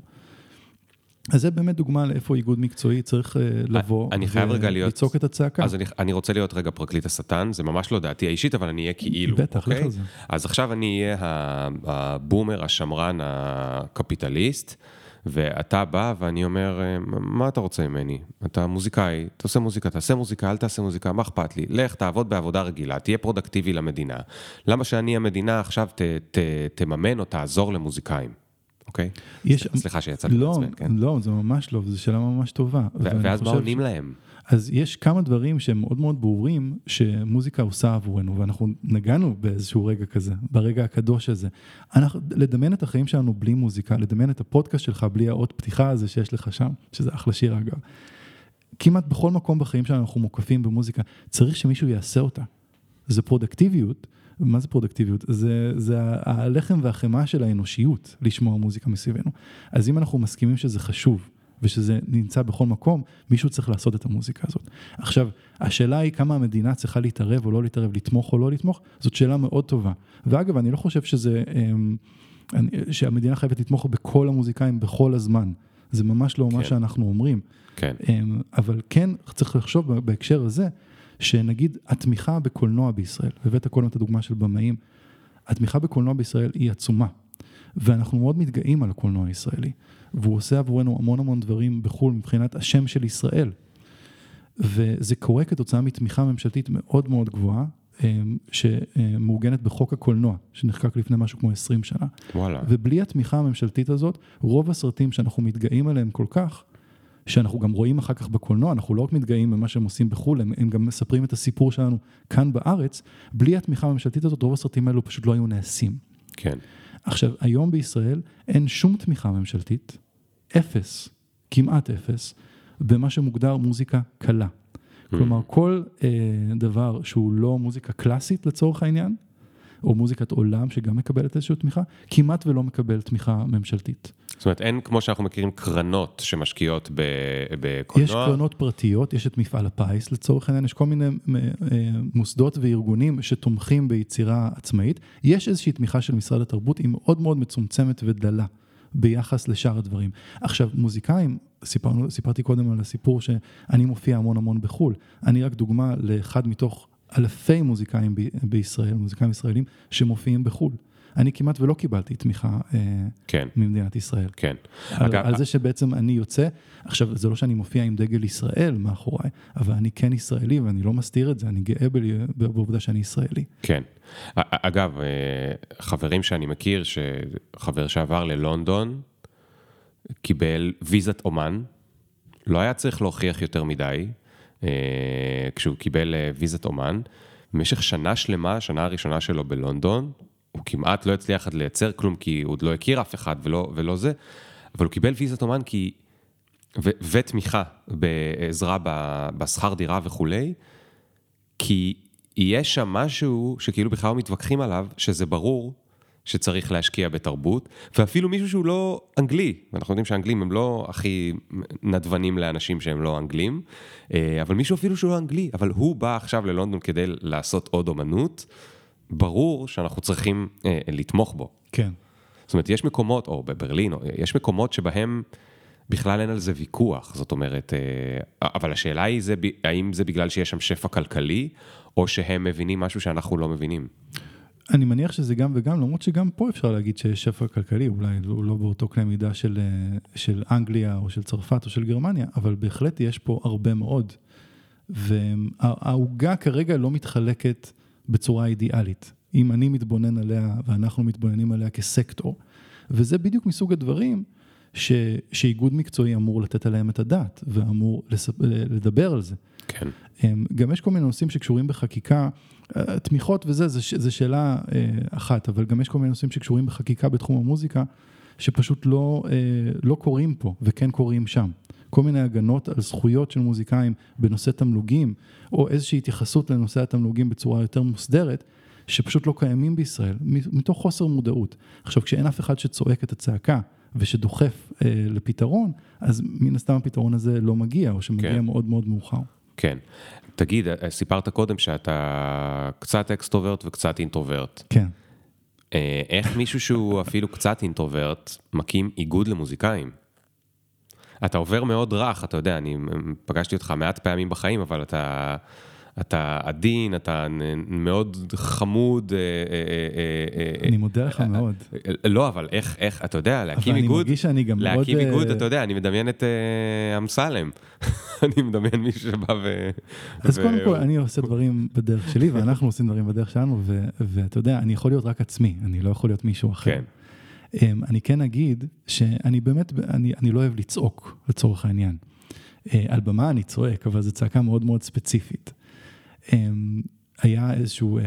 אז זה באמת דוגמה לאיפה איגוד מקצועי צריך לבוא ולצעוק את הצעקה. אז אני רוצה להיות רגע פרקליט השטן, זה ממש לא דעתי האישית, אבל אני אהיה כאילו. בטח, לך על זה. אז עכשיו אני אהיה הבומר, השמרן, הקפיטליסט, ואתה בא ואני אומר, מה אתה רוצה ממני? אתה מוזיקאי, תעשה מוזיקה, תעשה מוזיקה, אל תעשה מוזיקה, מה אכפת לי? לך, תעבוד בעבודה רגילה, תהיה פרודקטיבי למדינה. למה שאני המדינה עכשיו תממן או תעזור למוזיקאים? אוקיי? סליחה שיצא לי בעצמן, כן? לא, זה ממש לא, זו שאלה ממש טובה. ואז מה עונים להם? אז יש כמה דברים שהם מאוד מאוד ברורים שמוזיקה עושה עבורנו, ואנחנו נגענו באיזשהו רגע כזה, ברגע הקדוש הזה. לדמיין את החיים שלנו בלי מוזיקה, לדמיין את הפודקאסט שלך בלי האות פתיחה הזה שיש לך שם, שזה אחלה שיר אגב. כמעט בכל מקום בחיים שלנו אנחנו מוקפים במוזיקה, צריך שמישהו יעשה אותה. זה פרודקטיביות. מה זה פרודקטיביות? זה הלחם והחמה של האנושיות, לשמוע מוזיקה מסביבנו. אז אם אנחנו מסכימים שזה חשוב, ושזה נמצא בכל מקום, מישהו צריך לעשות את המוזיקה הזאת. עכשיו, השאלה היא כמה המדינה צריכה להתערב או לא להתערב, לתמוך או לא לתמוך, זאת שאלה מאוד טובה. ואגב, אני לא חושב שהמדינה חייבת לתמוך בכל המוזיקאים בכל הזמן. זה ממש לא מה שאנחנו אומרים. כן. אבל כן צריך לחשוב בהקשר הזה, שנגיד התמיכה בקולנוע בישראל, הבאת קודם את הדוגמה של במאים, התמיכה בקולנוע בישראל היא עצומה, ואנחנו מאוד מתגאים על הקולנוע הישראלי, והוא עושה עבורנו המון המון דברים בחול מבחינת השם של ישראל, וזה קורה כתוצאה מתמיכה ממשלתית מאוד מאוד גבוהה, שמעוגנת בחוק הקולנוע, שנחקק לפני משהו כמו 20 שנה. וואלה. ובלי התמיכה הממשלתית הזאת, רוב הסרטים שאנחנו מתגאים עליהם כל כך, שאנחנו גם רואים אחר כך בקולנוע, אנחנו לא רק מתגאים במה שהם עושים בחול, הם גם מספרים את הסיפור שלנו כאן בארץ, בלי התמיכה הממשלתית הזאת, רוב הסרטים האלו פשוט לא היו נעשים. כן. עכשיו, היום בישראל אין שום תמיכה ממשלתית, אפס, כמעט אפס, במה שמוגדר מוזיקה קלה. כלומר, כל דבר שהוא לא מוזיקה קלאסית לצורך העניין, או מוזיקת עולם שגם מקבלת איזושהי תמיכה, כמעט ולא מקבל תמיכה ממשלתית. זאת אומרת, אין כמו שאנחנו מכירים קרנות שמשקיעות בקולנוע. יש קרנות פרטיות, יש את מפעל הפיס לצורך העניין, יש כל מיני מוסדות וארגונים שתומכים ביצירה עצמאית. יש איזושהי תמיכה של משרד התרבות, היא מאוד מאוד מצומצמת ודלה ביחס לשאר הדברים. עכשיו, מוזיקאים, סיפרתי קודם על הסיפור שאני מופיע המון המון בחול. אני רק דוגמה לאחד מתוך אלפי מוזיקאים בישראל, מוזיקאים ישראלים, שמופיעים בחול. אני כמעט ולא קיבלתי תמיכה ממדינת ישראל. כן. על זה שבעצם אני יוצא, עכשיו זה לא שאני מופיע עם דגל ישראל מאחוריי, אבל אני כן ישראלי ואני לא מסתיר את זה, אני גאה בעובדה שאני ישראלי. כן. אגב, חברים שאני מכיר, חבר שעבר ללונדון, קיבל ויזת אומן, לא היה צריך להוכיח יותר מדי, כשהוא קיבל ויזת אומן, במשך שנה שלמה, השנה הראשונה שלו בלונדון, הוא כמעט לא הצליח לייצר כלום, כי הוא עוד לא הכיר אף אחד ולא זה, אבל הוא קיבל ויזת אומן ותמיכה בעזרה בשכר דירה וכולי, כי יש שם משהו שכאילו בכלל מתווכחים עליו, שזה ברור שצריך להשקיע בתרבות, ואפילו מישהו שהוא לא אנגלי, ואנחנו יודעים שהאנגלים הם לא הכי נדבנים לאנשים שהם לא אנגלים, אבל מישהו אפילו שהוא לא אנגלי, אבל הוא בא עכשיו ללונדון כדי לעשות עוד אומנות, ברור שאנחנו צריכים לתמוך בו. כן. זאת אומרת, יש מקומות, או בברלין, יש מקומות שבהם בכלל אין על זה ויכוח, זאת אומרת, אבל השאלה היא, האם זה בגלל שיש שם שפע כלכלי, או שהם מבינים משהו שאנחנו לא מבינים? אני מניח שזה גם וגם, למרות שגם פה אפשר להגיד שיש שפע כלכלי, אולי לא באותו קנה מידה של אנגליה, או של צרפת, או של גרמניה, אבל בהחלט יש פה הרבה מאוד. וההוגה כרגע לא מתחלקת בצורה אידיאלית. אם אני מתבונן עליה, ואנחנו מתבוננים עליה כסקטור, וזה בדיוק מסוג הדברים שאיגוד מקצועי אמור לתת עליהם את הדעת, ואמור לדבר על זה. כן. גם יש כל מיני נושאים שקשורים בחקיקה, תמיכות וזה, זה שאלה אחת, אבל גם יש כל מיני נושאים שקשורים בחקיקה בתחום המוזיקה, שפשוט לא קוראים פה, וכן קוראים שם. כל מיני הגנות על זכויות של מוזיקאים בנושא תמלוגים, או איזושהי התייחסות לנושא התמלוגים בצורה יותר מוסדרת, שפשוט לא קיימים בישראל, מתוך חוסר מודעות. עכשיו, כשאין אף אחד שצועק את הצעקה, ושדוחף לפתרון, אז מן הסתם הפתרון הזה לא מגיע, או שמגיע כן. מאוד מאוד מאוחר. כן. תגיד, סיפרת קודם שאתה קצת אקסטרוברט וקצת אינטרוברט. כן. איך מישהו שהוא אפילו קצת אינטרוברט, מקים איגוד למוזיקאים? אתה עובר מאוד רך, אתה יודע, אני פגשתי אותך מעט פעמים בחיים, אבל אתה עדין, אתה מאוד חמוד. אני מודה לך מאוד. לא, אבל איך, אתה יודע, להקים איגוד, אבל אני מרגיש שאני גם מאוד... להקים איגוד, אתה יודע, אני מדמיין את אמסלם. אני מדמיין מישהו שבא אז קודם כל, אני עושה דברים בדרך שלי, ואנחנו עושים דברים בדרך שלנו, ואתה יודע, אני יכול להיות רק עצמי, אני לא יכול להיות מישהו אחר. כן. אני כן אגיד שאני באמת, אני לא אוהב לצעוק לצורך העניין. על במה אני צועק, אבל זו צעקה מאוד מאוד ספציפית. היה איזשהו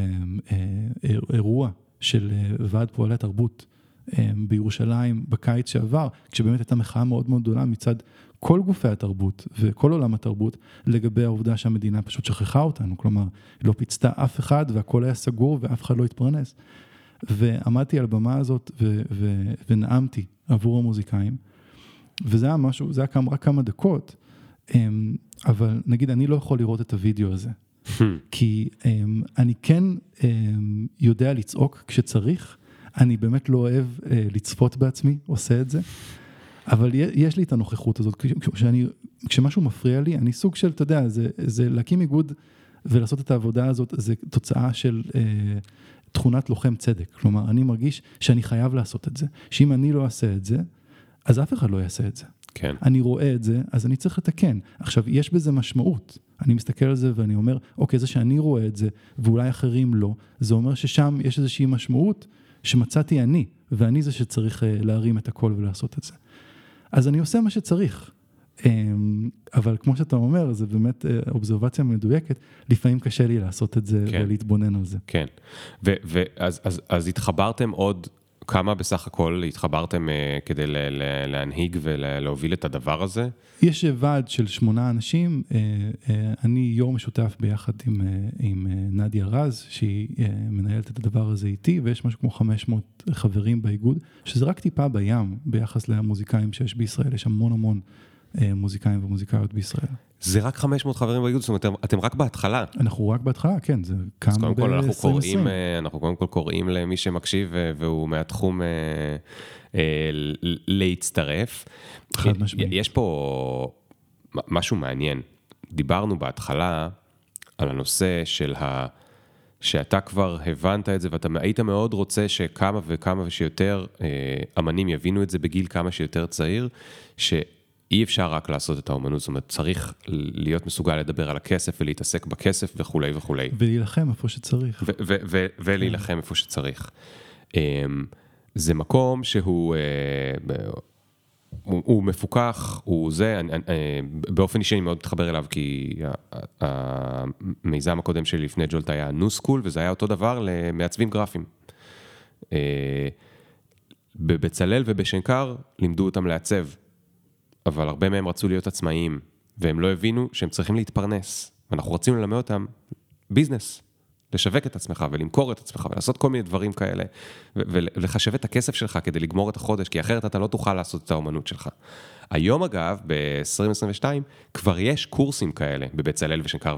אירוע של ועד פועלי תרבות בירושלים בקיץ שעבר, כשבאמת הייתה מחאה מאוד מאוד גדולה מצד כל גופי התרבות וכל עולם התרבות, לגבי העובדה שהמדינה פשוט שכחה אותנו, כלומר, לא פיצתה אף אחד והכל היה סגור ואף אחד לא התפרנס. ועמדתי על במה הזאת ונעמתי עבור המוזיקאים, וזה היה משהו, זה היה רק כמה דקות, אבל נגיד אני לא יכול לראות את הוידאו הזה, כי אני כן יודע לצעוק כשצריך, אני באמת לא אוהב לצפות בעצמי, עושה את זה, אבל יש לי את הנוכחות הזאת, כשמשהו מפריע לי, אני סוג של, אתה יודע, זה להקים איגוד ולעשות את העבודה הזאת, זה תוצאה של תכונת לוחם צדק, כלומר, אני מרגיש שאני חייב לעשות את זה, שאם אני לא אעשה את זה, אז אף אחד לא יעשה את זה. כן. אני רואה את זה, אז אני צריך לתקן. עכשיו, יש בזה משמעות. אני מסתכל על זה ואני אומר, אוקיי, זה שאני רואה את זה, ואולי אחרים לא, זה אומר ששם יש איזושהי משמעות שמצאתי אני, ואני זה שצריך להרים את הכל ולעשות את זה. אז אני עושה מה שצריך. אבל כמו שאתה אומר, זה באמת אובזרבציה מדויקת, לפעמים קשה לי לעשות את זה כן. ולהתבונן על זה. כן. אז התחברתם עוד כמה בסך הכל התחברתם כדי להנהיג ולהוביל את הדבר הזה? יש ועד של 8 אנשים, אני יו"ר משותף ביחד עם נדיה רז, שהיא מנהלת את הדבר הזה איתי, ויש משהו כמו 500 חברים באיגוד, שזה רק טיפה בים ביחס למוזיקאים שיש בישראל, יש המון מוזיקאים ומוזיקאיות בישראל. זה רק 500 חברים באיגוד, זאת אומרת, אתם רק בהתחלה. אנחנו רק בהתחלה, כן, זה קם ב-2020. אנחנו קודם כל קוראים למי שמקשיב, והוא מהתחום להצטרף. חד משמעי. יש פה משהו מעניין. דיברנו בהתחלה על הנושא של שאתה כבר הבנת את זה, ואתה היית מאוד רוצה שכמה וכמה ושיותר אמנים יבינו את זה בגיל כמה שיותר צעיר, אי אפשר רק לעשות את האומנות, זאת אומרת, צריך להיות מסוגל לדבר על הכסף ולהתעסק בכסף וכו' וכו'. ולהילחם איפה שצריך. ולהילחם איפה שצריך. זה מקום שהוא מפוקח, הוא זה, באופן אישי אני מאוד מתחבר אליו, כי המיזם הקודם שלי לפני ג'ולט היה ניו סקול, וזה היה אותו דבר למעצבים גרפיים. בבצלאל ובשנקר לימדו אותם לעצב, אבל הרבה מהם רצו להיות עצמאיים, והם לא הבינו שהם צריכים להתפרנס. ואנחנו רצינו ללמד אותם ביזנס, לשווק את עצמך ולמכור את עצמך, ולעשות כל מיני דברים כאלה, ולחשב את הכסף שלך כדי לגמור את החודש, כי אחרת אתה לא תוכל לעשות את האומנות שלך. היום אגב, ב-2022, כבר יש קורסים כאלה בבצלאל ושנקר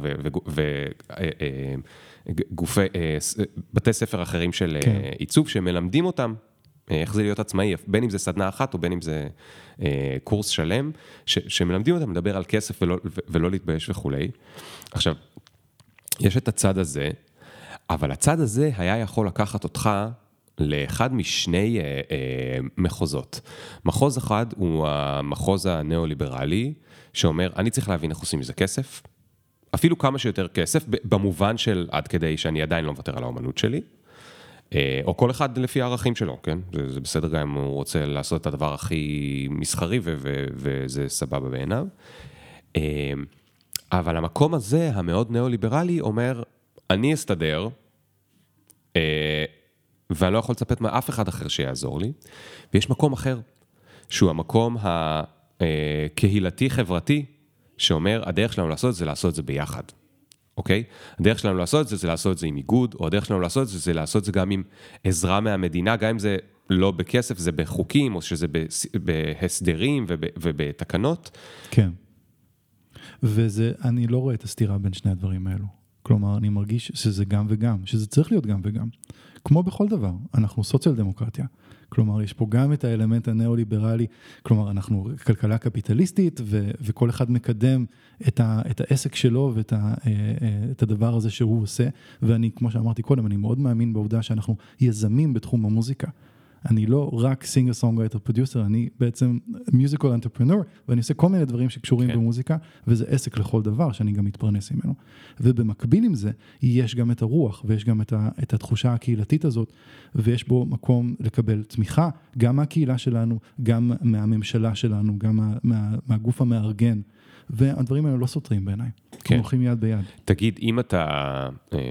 וגופי, בתי ספר אחרים של עיצוב, שמלמדים אותם איך זה להיות עצמאי, בין אם זה סדנה אחת או בין אם זה קורס שלם, שמלמדים אותם לדבר על כסף ולא להתבייש וכולי. עכשיו, יש את הצד הזה, אבל הצד הזה היה יכול לקחת אותך לאחד משני מחוזות. מחוז אחד הוא המחוז הנאו-ליברלי, שאומר, אני צריך להבין איך עושים מזה כסף, אפילו כמה שיותר כסף, במובן של עד כדי שאני עדיין לא מוותר על האומנות שלי, או כל אחד לפי הערכים שלו, כן? זה בסדר גם אם הוא רוצה לעשות את הדבר הכי מסחרי, וזה סבבה בעיניו. אבל המקום הזה, המאוד נאו-ליברלי, אומר, אני אסתדר, ואני לא יכול לצפת מאף אחד אחר שיעזור לי, ויש מקום אחר, שהוא המקום הקהילתי-חברתי, שאומר, הדרך שלנו לעשות את זה, לעשות את זה ביחד. אוקיי? הדרך שלנו לעשות את זה, זה לעשות את זה עם איגוד, או הדרך שלנו לעשות את זה, זה לעשות את זה גם עם עזרה מהמדינה, גם אם זה לא בכסף, זה בחוקים, או שזה בהסדרים ובתקנות. כן. וזה, אני לא רואה את הסתירה בין שני הדברים האלו. כלומר, אני מרגיש שזה גם וגם, שזה צריך להיות גם וגם. כמו בכל דבר, אנחנו סוציאל דמוקרטיה. כלומר, יש פה גם את האלמנט הנאו-ליברלי, כלומר, אנחנו כלכלה קפיטליסטית, וכל אחד מקדם את העסק שלו, ואת הדבר הזה שהוא עושה, ואני, כמו שאמרתי קודם, אני מאוד מאמין בעובדה שאנחנו יזמים בתחום המוזיקה. אני לא רק סינגר, סונגרייטר, פרודיוסר, אני בעצם מיוזיקל אנטרפרנור, ואני עושה כל מיני דברים שקשורים במוזיקה, וזה עסק לכל דבר שאני גם מתפרנס ממנו. ובמקביל עם זה, יש גם את הרוח, ויש גם את התחושה הקהילתית הזאת, ויש בו מקום לקבל תמיכה, גם מהקהילה שלנו, גם מהממשלה שלנו, גם מהגוף המארגן, והדברים האלה לא סותרים בעיניי. הם הולכים יד ביד. תגיד, אם אתה,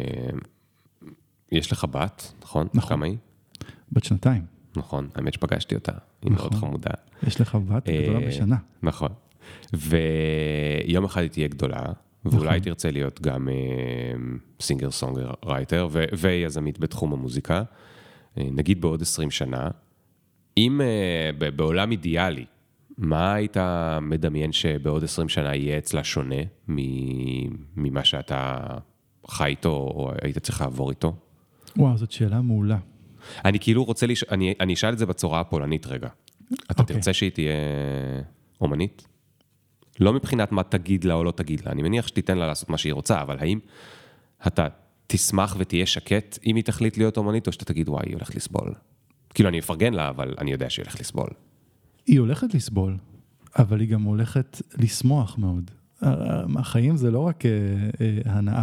יש לך בת, נכון? נכון. כמה היא? בת 2. נכון, האמת שפגשתי אותה, היא מאוד חמודה. יש לך בת גדולה בשנה. נכון, ויום אחד היא תהיה גדולה, ואולי תרצה להיות גם סינגר סונגר רייטר, ויזמית בתחום המוזיקה, נגיד בעוד 20 שנה, אם בעולם אידיאלי, מה היית מדמיין שבעוד 20 שנה יהיה אצלה שונה ממה שאתה חי איתו, או היית צריך לעבור איתו? וואו, זאת שאלה מעולה. אני כאילו רוצה, אני אשאל את זה בצורה הפולנית רגע. אתה תרצה שהיא תהיה אומנית? לא מבחינת מה תגיד לה או לא תגיד לה, אני מניח שתיתן לה לעשות מה שהיא רוצה, אבל האם אתה תשמח ותהיה שקט אם היא תחליט להיות אומנית, או שאתה תגיד, וואי, היא הולכת לסבול? כאילו, אני אפרגן לה, אבל אני יודע שהיא הולכת לסבול. היא הולכת לסבול, אבל היא גם הולכת לשמוח מאוד. החיים זה לא רק הנאה,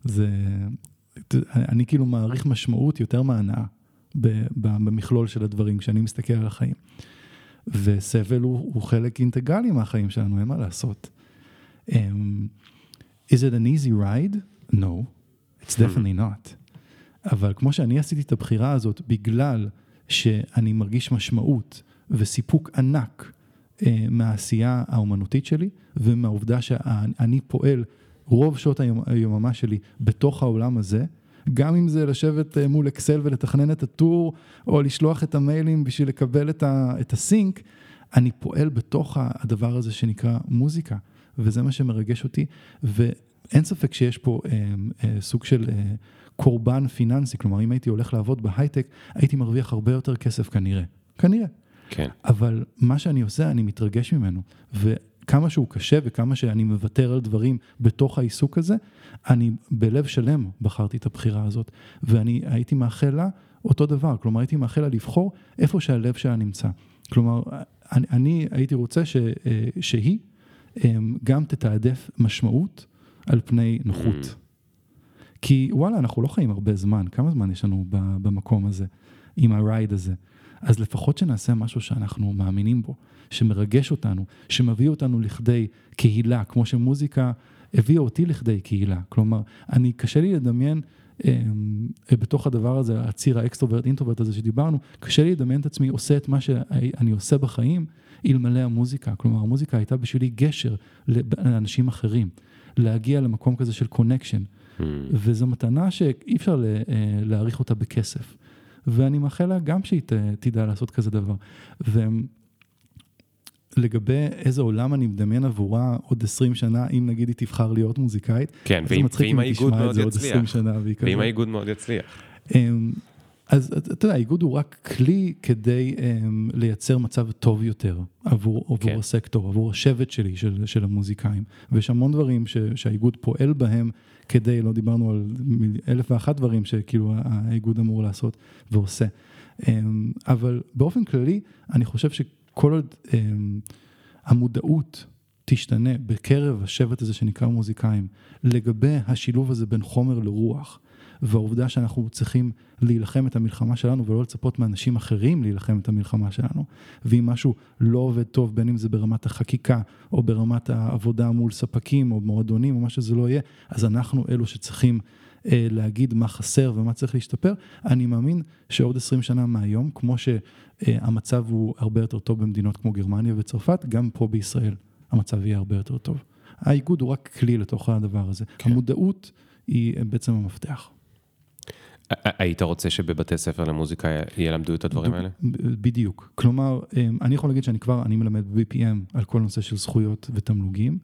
אני כאילו מעריך משמעות יותר מהנאה. במכלול של הדברים, כשאני מסתכל על החיים. וסבל הוא חלק אינטגרלי מהחיים שלנו, אין מה לעשות. Is it an easy ride? No, it's definitely not. אבל כמו שאני עשיתי את הבחירה הזאת, בגלל שאני מרגיש משמעות וסיפוק ענק מהעשייה האומנותית שלי, ומהעובדה שאני פועל רוב שעות היוממה שלי בתוך העולם הזה, גם אם זה לשבת מול אקסל ולתכנן את הטור, או לשלוח את המיילים בשביל לקבל את הסינק, אני פועל בתוך הדבר הזה שנקרא מוזיקה, וזה מה שמרגש אותי, ואין ספק שיש פה סוג של קורבן פיננסי, כלומר, אם הייתי הולך לעבוד בהייטק, הייתי מרוויח הרבה יותר כסף כנראה. כן. אבל מה שאני עושה, אני מתרגש ממנו, כמה שהוא קשה וכמה שאני מוותר על דברים בתוך העיסוק הזה, אני בלב שלם בחרתי את הבחירה הזאת, ואני הייתי מאחל לה אותו דבר, כלומר הייתי מאחל לה לבחור איפה שהלב שלה נמצא. כלומר, אני הייתי רוצה שהיא גם תתעדף משמעות על פני נוחות. כי וואלה, אנחנו לא חיים הרבה זמן, כמה זמן יש לנו במקום הזה, עם הרייד הזה. אז לפחות שנעשה משהו שאנחנו מאמינים בו, שמרגש אותנו, שמביא אותנו לכדי קהילה, כמו שמוזיקה הביאה אותי לכדי קהילה. כלומר, קשה לי לדמיין בתוך הדבר הזה, הציר האקסטרוברט, אינטרוברט הזה שדיברנו, קשה לי לדמיין את עצמי עושה את מה שאני עושה בחיים, אלמלא המוזיקה. כלומר, המוזיקה הייתה בשבילי גשר לאנשים אחרים, להגיע למקום כזה של קונקשן. וזו מתנה שאי אפשר להעריך אותה בכסף. ואני מאחל לה גם שהיא תדע לעשות כזה דבר. לגבי איזה עולם אני מדמיין עבורה עוד 20 שנה, אם נגיד היא תבחר להיות מוזיקאית, כן, ואם האיגוד מאוד יצליח. ואם האיגוד מאוד יצליח. אז אתה יודע, האיגוד הוא רק כלי כדי לייצר מצב טוב יותר עבור הסקטור, עבור השבט שלי, של המוזיקאים. ויש המון דברים שהאיגוד פועל בהם כדי, לא דיברנו על 1,001 דברים שכאילו האיגוד אמור לעשות ועושה. אבל באופן כללי, אני חושב שכל עוד המודעות תשתנה בקרב השבט הזה שנקרא מוזיקאים, לגבי השילוב הזה בין חומר לרוח, והעובדה שאנחנו צריכים להילחם את המלחמה שלנו, ולא לצפות מאנשים אחרים להילחם את המלחמה שלנו, ואם משהו לא עובד טוב, בין אם זה ברמת החקיקה, או ברמת העבודה מול ספקים, או מועדונים, או מה שזה לא יהיה, אז אנחנו אלו שצריכים להגיד מה חסר ומה צריך להשתפר. אני מאמין שעוד 20 שנה מהיום, כמו שהמצב הוא הרבה יותר טוב במדינות כמו גרמניה וצרפת, גם פה בישראל המצב יהיה הרבה יותר טוב. האיגוד הוא רק כלי לתוך הדבר הזה. כן. המודעות היא בעצם המפתח. היית רוצה שבבתי ספר למוזיקה ילמדו את הדברים האלה? בדיוק. כלומר, אני יכול להגיד אני מלמד ב-BPM על כל נושא של זכויות ותמלוגים.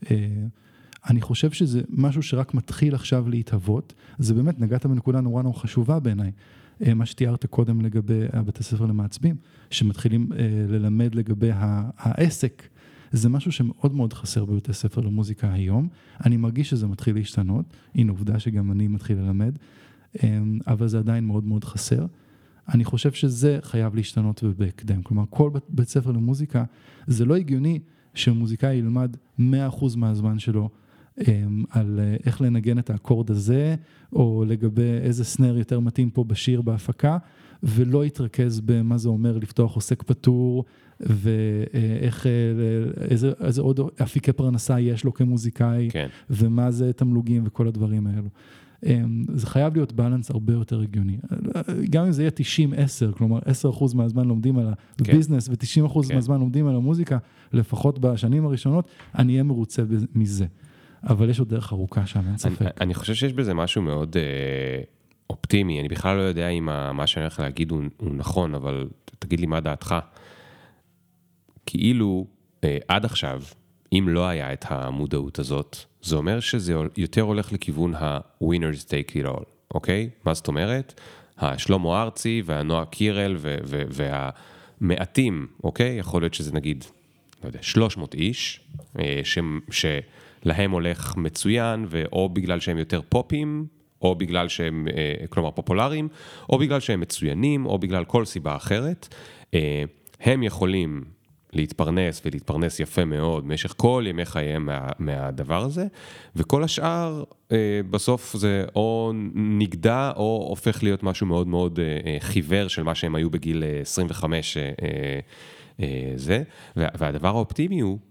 אני חושב שזה משהו שרק מתחיל עכשיו להתהוות. זה באמת, נגעת בנקודה נורא נורא חשובה בעיניי. מה שתיארת קודם לגבי בתי ספר למעצבים, שמתחילים ללמד לגבי העסק, זה משהו שמאוד מאוד חסר בבתי ספר למוזיקה היום. אני מרגיש שזה מתחיל להשתנות. הנה עובדה שגם אני מתחיל ללמד. אבל זה עדיין מאוד מאוד חסר. אני חושב שזה חייב להשתנות ובהקדם. כלומר, כל בית ספר למוזיקה, זה לא הגיוני שמוזיקאי ילמד 100% מהזמן שלו על איך לנגן את האקורד הזה, או לגבי איזה סנר יותר מתאים פה בשיר בהפקה, ולא יתרכז במה זה אומר לפתוח עוסק פטור, ואיך, איזה עוד אפיקי פרנסה יש לו כמוזיקאי, כן. ומה זה תמלוגים וכל הדברים האלו. זה חייב להיות בלנס הרבה יותר הגיוני. גם אם זה יהיה 90-10, כלומר 10% מהזמן לומדים על הביזנס, ו90% מהזמן לומדים על המוזיקה, לפחות בשנים הראשונות, אני אהיה מרוצה מזה. אבל יש עוד דרך ארוכה שם, אין ספק. אני חושב שיש בזה משהו מאוד אופטימי. אני בכלל לא יודע אם מה שאני הולך להגיד הוא נכון, אבל תגיד לי מה דעתך. כאילו, עד עכשיו, אם לא היה את המודעות הזאת, זה אומר שזה יותר הולך לכיוון ה-winners take it all, אוקיי? מה זאת אומרת? השלמה ארצי והנועה קירל והמעטים, אוקיי? יכול להיות שזה נגיד, לא יודע, 300 איש, שלהם הולך מצוין, או בגלל שהם יותר פופים, או בגלל שהם, כלומר פופולריים, או בגלל שהם מצוינים, או בגלל כל סיבה אחרת, הם יכולים להתפרנס ולהתפרנס יפה מאוד במשך כל ימי חייהם מהדבר הזה, וכל השאר בסוף זה או נגדע או הופך להיות משהו מאוד מאוד חיוור של מה שהם היו בגיל 25 זה, והדבר האופטימי הוא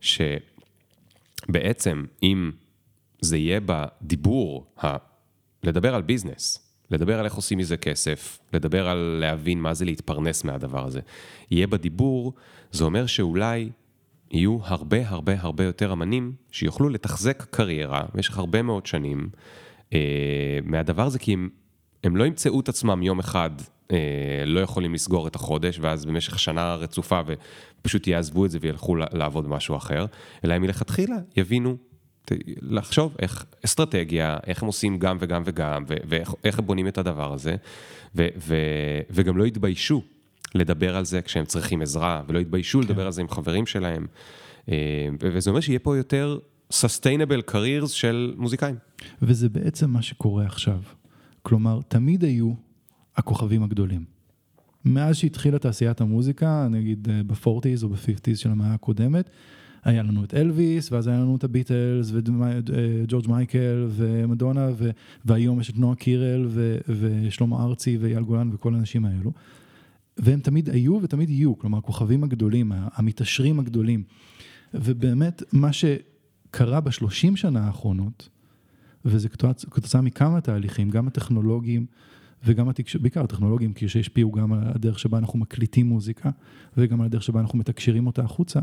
שבעצם אם זה יהיה בדיבור, לדבר על ביזנס, לדבר על איך עושים מזה כסף, לדבר על להבין מה זה להתפרנס מהדבר הזה. יהיה בדיבור, זה אומר שאולי יהיו הרבה הרבה הרבה יותר אמנים שיוכלו לתחזק קריירה במשך הרבה מאוד שנים מהדבר הזה, כי הם לא ימצאו את עצמם יום אחד, לא יכולים לסגור את החודש, ואז במשך שנה רצופה ופשוט יעזבו את זה וילכו לעבוד במשהו אחר, אלא הם מלכתחילה יבינו לחשוב איך אסטרטגיה, איך הם עושים גם וגם וגם, ואיך הם בונים את הדבר הזה, וגם לא יתביישו לדבר על זה כשהם צריכים עזרה, ולא יתביישו לדבר על זה עם חברים שלהם, וזה אומר שיהיה פה יותר sustainable careers של מוזיקאים. וזה בעצם מה שקורה עכשיו. כלומר, תמיד היו הכוכבים הגדולים. מאז שהתחילה תעשיית המוזיקה, נגיד ב-40s או ב-50s של המאה הקודמת, היה לנו את אלוויס, ואז היה לנו את הביטלס, וג'ורג' מייקל, ומדונה, והיום יש את נועה קירל, ושלמה ארצי, ואייל גולן, וכל האנשים האלו. והם תמיד היו ותמיד יהיו, כלומר, הכוכבים הגדולים, המתעשרים הגדולים. ובאמת, מה שקרה ב30 שנה האחרונות, וזה כתוצאה מכמה תהליכים, גם הטכנולוגיים, וגם בעיקר הטכנולוגיים, כי שהשפיעו גם על הדרך שבה אנחנו מקליטים מוזיקה, וגם על הדרך שבה אנחנו מתקשרים אותה החוצה,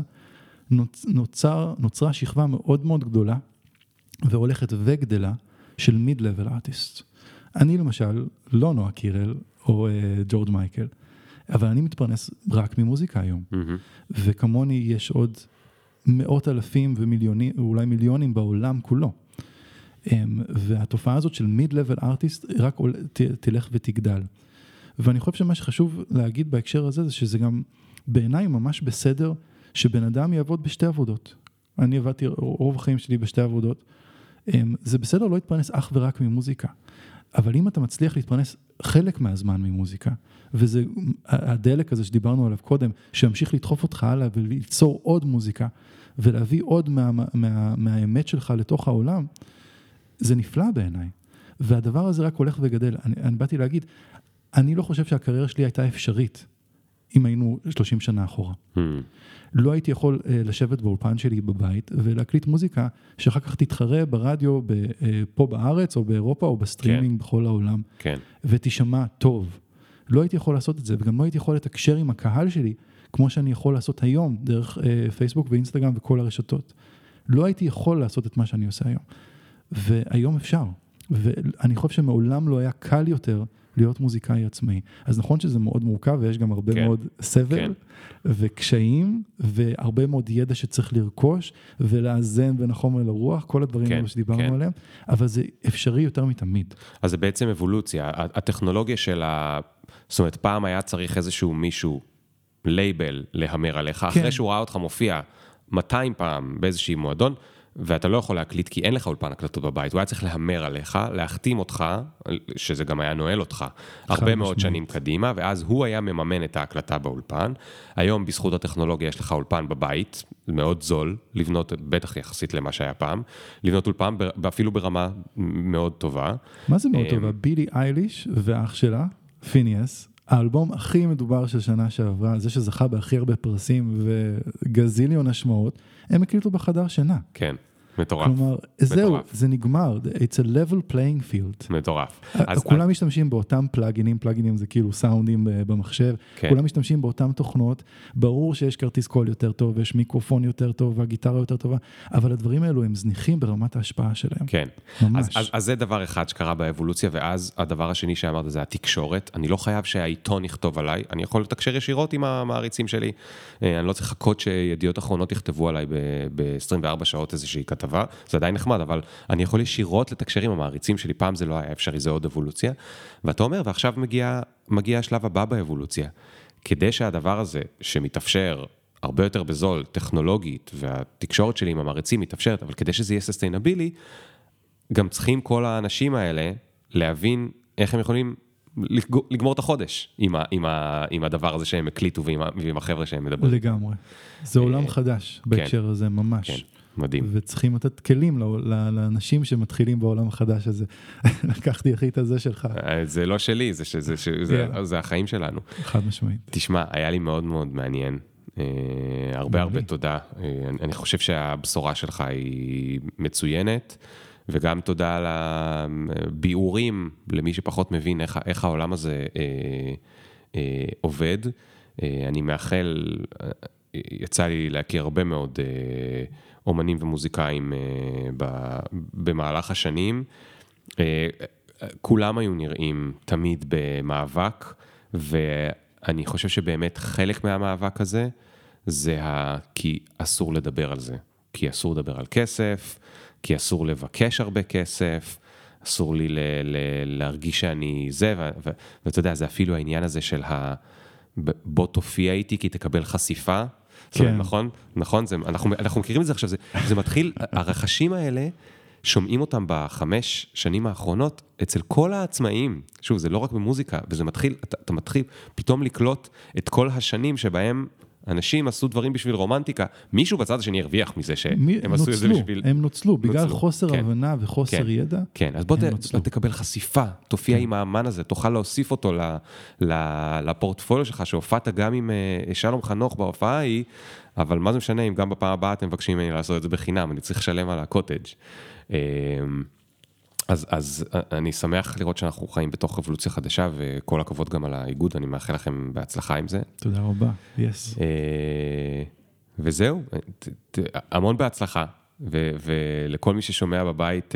נוצרה שכבה מאוד מאוד גדולה, והולכת וגדלה, של מיד-לבל ארטיסט. אני למשל, לא נועה קירל, או ג'ורג' מייקל, אבל אני מתפרנס רק ממוזיקה היום. וכמוני יש עוד מאות אלפים ומיליונים, אולי מיליונים בעולם כולו. והתופעה הזאת של mid-level artist רק תלך ותגדל. ואני חושב שמה שחשוב להגיד בהקשר הזה, זה שזה גם בעיניי ממש בסדר, שבן אדם יעבוד בשתי עבודות. אני עבדתי רוב החיים שלי בשתי עבודות. זה בסדר לא להתפרנס אך ורק ממוזיקה. אבל אם אתה מצליח להתפרנס חלק מהזמן ממוזיקה, וזה הדלק הזה שדיברנו עליו קודם, שימשיך לדחוף אותך הלאה וליצור עוד מוזיקה, ולהביא עוד מהאמת שלך לתוך העולם, זה נפלא בעיניי. והדבר הזה רק הולך וגדל. אני באתי להגיד, אני לא חושב שהקריירה שלי הייתה אפשרית, אם היינו 30 שנה אחורה. לא הייתי יכול לשבת באולפן שלי בבית, ולהקליט מוזיקה שאחר כך תתחרה ברדיו, פה בארץ, או באירופה, או בסטרימינג בכל העולם. כן. ותשמע טוב. לא הייתי יכול לעשות את זה, וגם לא הייתי יכול לתקשר עם הקהל שלי, כמו שאני יכול לעשות היום, דרך פייסבוק ואינסטגרם וכל הרשתות. לא הייתי יכול לעשות את מה שאני עושה היום. והיום אפשר. ואני חושב שמעולם לא היה קל יותר להיות מוזיקאי עצמאי. אז נכון שזה מאוד מורכב, ויש גם הרבה מאוד סבל, וקשיים, והרבה מאוד ידע שצריך לרכוש, ולאזן בין החומר לרוח, כל הדברים האלה שדיברנו עליהם, אבל זה אפשרי יותר מתמיד. אז זה בעצם אבולוציה. הטכנולוגיה של זאת אומרת, פעם היה צריך איזשהו מישהו, לייבל, להמר עליך, אחרי שהוא ראה אותך מופיע 200 פעם באיזושהי מועדון, ואתה לא יכול להקליט כי אין לך אולפן הקלטות בבית, הוא היה צריך להמר עליך, להחתים אותך, שזה גם היה נועל אותך, הרבה מאוד שנים קדימה, ואז הוא היה מממן את ההקלטה באולפן. היום בזכות הטכנולוגיה יש לך אולפן בבית, מאוד זול, לבנות, בטח יחסית למה שהיה פעם, לבנות אולפן אפילו ברמה מאוד טובה. מה זה מאוד טובה? בילי אייליש ואח שלה, פיניאס, האלבום הכי מדובר של שנה שעברה, זה שזכה בהכי הרבה פרסים וגזיליון השמעות, הם הקליטו בחדר שינה. כן, מטורף. כלומר, זהו, זה נגמר. It's a level playing field. מטורף. כולם משתמשים באותם פלאגינים, פלאגינים זה כאילו סאונדים במחשב, כולם משתמשים באותם תוכנות, ברור שיש כרטיס קול יותר טוב, ויש מיקרופון יותר טוב, והגיטרה יותר טובה, אבל הדברים האלו הם זניחים ברמת ההשפעה שלהם. כן. ממש. אז זה דבר אחד שקרה באבולוציה, ואז הדבר השני שאמרת זה התקשורת. אני לא חייב שהעיתון יכתוב עליי, אני יכול לתקשר ישירות עם המעריצים שלי, אני לא צריך לחכות שידיעות אחרונות יכתבו עליי ב-24 שעות איזושהי כתבה, זה עדיין נחמד, אבל אני יכול ישירות לתקשר עם המעריצים שלי, פעם זה לא היה אפשרי, זה עוד אבולוציה, ואתה אומר, ועכשיו מגיע השלב הבא באבולוציה, כדי שהדבר הזה שמתאפשר הרבה יותר בזול, טכנולוגית, והתקשורת שלי עם המעריצים מתאפשרת, אבל כדי שזה יהיה ססטיינבילי, גם צריכים כל האנשים האלה להבין איך הם יכולים לגמור את החודש עם הדבר הזה שהם הקליטו ועם החבר'ה שהם מדברים. לגמרי. זה עולם חדש בהקשר הזה ממש. כן, מדהים. וצריכים לתת כלים לאנשים שמתחילים בעולם החדש הזה. לקחתי הכי את הזה שלך. זה לא שלי, זה החיים שלנו. חד משמעית. תשמע, היה לי מאוד מאוד מעניין. הרבה תודה. אני חושב שהבשורה שלך היא מצוינת. וגם תודה על הביאורים, למי שפחות מבין איך העולם הזה עובד. אני מאחל, יצא לי להכיר הרבה מאוד אומנים ומוזיקאים במהלך השנים. כולם היו נראים תמיד במאבק, ואני חושב שבאמת חלק מהמאבק הזה, זה כי אסור לדבר על זה. כי אסור לדבר על כסף, כי אסור לבקש הרבה כסף, אסור לי להרגיש שאני זה, ואתה יודע, זה אפילו העניין הזה של בוא תופיע איתי, כי תקבל חשיפה, כן. נכון? אנחנו מכירים את זה עכשיו, זה מתחיל, הרכשים האלה, שומעים אותם ב5 שנים האחרונות, אצל כל העצמאים, שוב, זה לא רק במוזיקה, וזה מתחיל, אתה מתחיל פתאום לקלוט את כל השנים שבהם, אנשים עשו דברים בשביל רומנטיקה, מישהו בצד השני הרוויח מזה שהם עשו את זה בשביל... הם נוצלו, בגלל חוסר הבנה וחוסר ידע. כן, אז בוא תקבל חשיפה, תופיע עם האמן הזה, תוכל להוסיף אותו לפורטפוליו שלך, שהופעת גם עם שלום חנוך בהופעה ההיא, אבל מה זה משנה אם גם בפעם הבאה אתם מבקשים ממני לעשות את זה בחינם, אני צריך לשלם על הקוטג'. אז אני שמח לראות שאנחנו חיים בתוך רבולוציה חדשה, וכל הכבוד גם על האיגוד, אני מאחל לכם בהצלחה עם זה. תודה רבה, yes. וזהו, המון בהצלחה, ולכל מי ששומע בבית,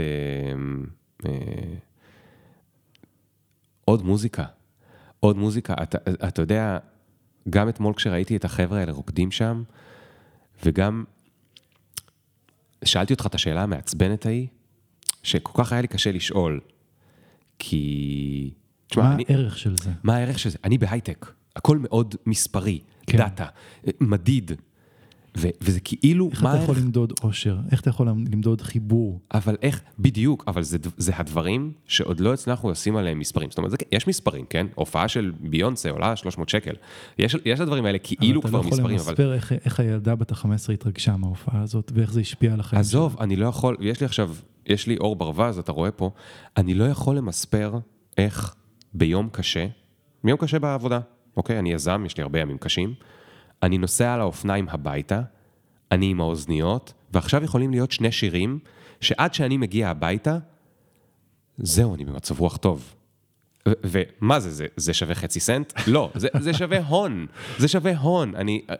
עוד מוזיקה, אתה יודע, גם אתמול כשראיתי את החבר'ה האלה רוקדים שם, וגם שאלתי אותך את השאלה המעצבנת ההיא, שכל כך היה לי קשה לשאול, כי... מה הערך של זה? מה הערך של זה? אני בהייטק, הכל מאוד מספרי, כן. דאטה, מדיד, וזה כאילו... איך אתה יכול למדוד עושר? איך אתה יכול למדוד חיבור? אבל איך, בדיוק, אבל זה הדברים שעוד לא הצלחנו לשים עליהם מספרים. זאת אומרת, יש מספרים, כן? הופעה של ביונסה עולה 300 שקל. יש הדברים האלה כאילו כבר מספרים, אבל... אתה לא יכול למספר איך הילדה בת ה-15 התרגשה מההופעה הזאת, ואיך זה השפיע על החיים. עזוב, אני לא יכול, יש לי אור ברווז, אתה רואה פה, אני לא יכול למספר איך ביום קשה בעבודה, אוקיי? אני יזם, יש לי הרבה ימים קשים, אני נוסע על האופניים הביתה, אני עם האוזניות, ועכשיו יכולים להיות 2 שירים, שעד שאני מגיע הביתה, זהו, אני במצב רוח טוב. ומה זה? זה שווה חצי סנט? לא, זה שווה הון. זה שווה הון.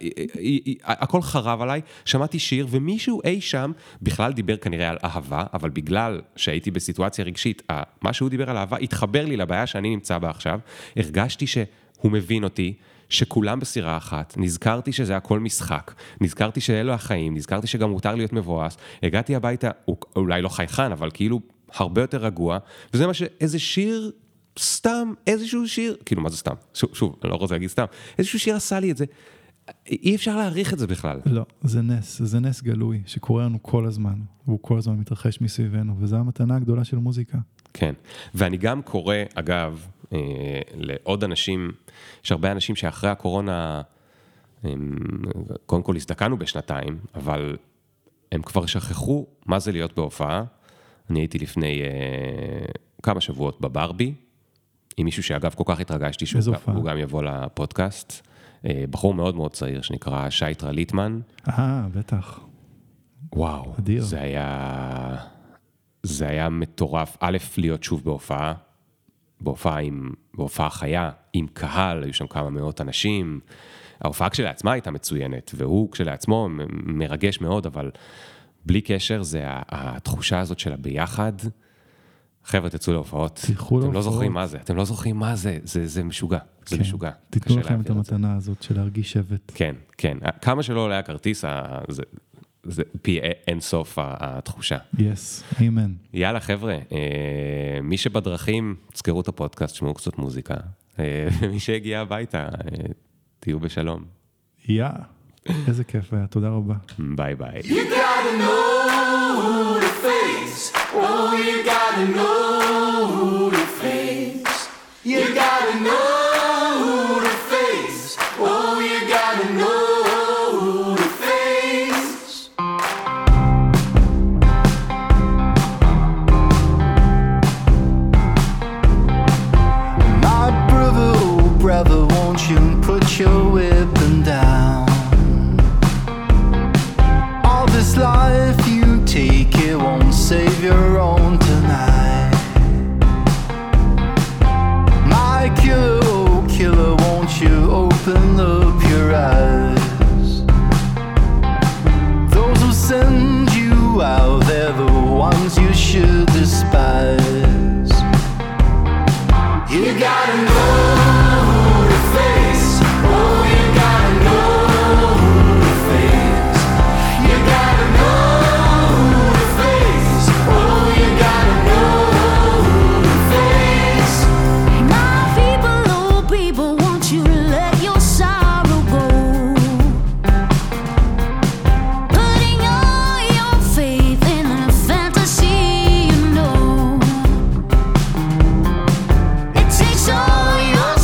הכל חרב עליי, שמעתי שיר, ומישהו אי שם בכלל דיבר כנראה על אהבה, אבל בגלל שהייתי בסיטואציה רגשית, מה שהוא דיבר על אהבה, התחבר לי לבעיה שאני נמצא בה עכשיו, הרגשתי שהוא מבין אותי, שכולם בסירה אחת, נזכרתי שזה הכל משחק, נזכרתי שאלו החיים, נזכרתי שגם מותר להיות מבואס, הגעתי הביתה, אולי לא חייכן, אבל כאילו הרבה יותר רגוע, וזה מה איזה שיר, סתם, איזשהו שיר, כאילו מה זה סתם? שוב, אני לא רוצה להגיד סתם, איזשהו שיר עשה לי את זה, אי אפשר להעריך את זה בכלל. לא, זה נס גלוי, שקורה לנו כל הזמן, והוא כל הזמן מתרחש מסביבנו, וזו המתנה הגדולה של מוזיקה. כן, ואני גם קורא, אגב, לעוד אנשים, יש הרבה אנשים שאחרי הקורונה, קודם כל הזדקנו בשנתיים, אבל הם כבר שכחו מה זה להיות בהופעה. אני הייתי לפני כמה שבועות בברבי, עם מישהו שאגב כל כך התרגשתי שהוא גם יבוא לפודקאסט, בחור מאוד מאוד צעיר שנקרא שייטרה ליטמן. בטח. וואו, אדיר. זה היה מטורף, א', להיות שוב בהופעה חיה, עם קהל, היו שם כמה מאות אנשים, ההופעה כשלעצמה הייתה מצוינת, והוא כשלעצמו מרגש מאוד, אבל בלי קשר זה התחושה הזאת של הביחד, חבר'ה תצאו להופעות, אתם לא זוכרים מה זה, זה משוגע, זה משוגע. תיתנו לכם את המתנה הזאת של להרגיש שבט. כן, כן, כמה שלא עולה הכרטיס, זה פי אין סוף התחושה. Yes, amen. יאללה חבר'ה, מי שבדרכים, תזכרו את הפודקאסט, שמעו קצת מוזיקה, ומי שהגיע הביתה, תהיו בשלום. איזה כיף היה, תודה רבה. ביי ביי. You gotta know who to face. Oh, you gotta know who to face. You gotta know who to face. Oh, you gotta know who to face. My brother, oh brother, won't you put your weapon down? This life you take, it won't save your own tonight. My killer, oh killer, won't you open up your eyes? Those who send you out, they're the ones you should despise. You gotta know who to face. Oh, you gotta know who to face. You gotta know who to face. Oh, you gotta know who to face. My people, oh people, won't you let your sorrow go? Putting all your faith in a fantasy, you know. It takes all your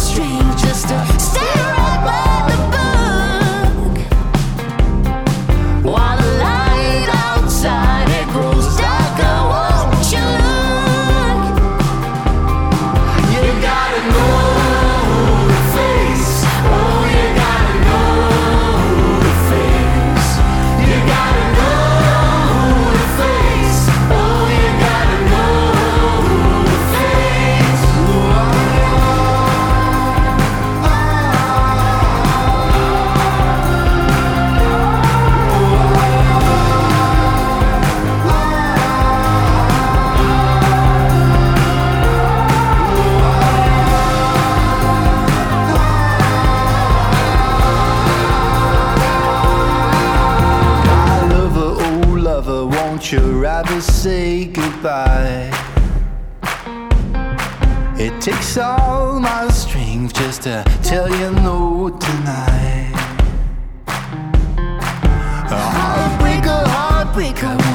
rather say goodbye. It takes all my strength just to tell you no tonight. Heartbreaker, heartbreaker,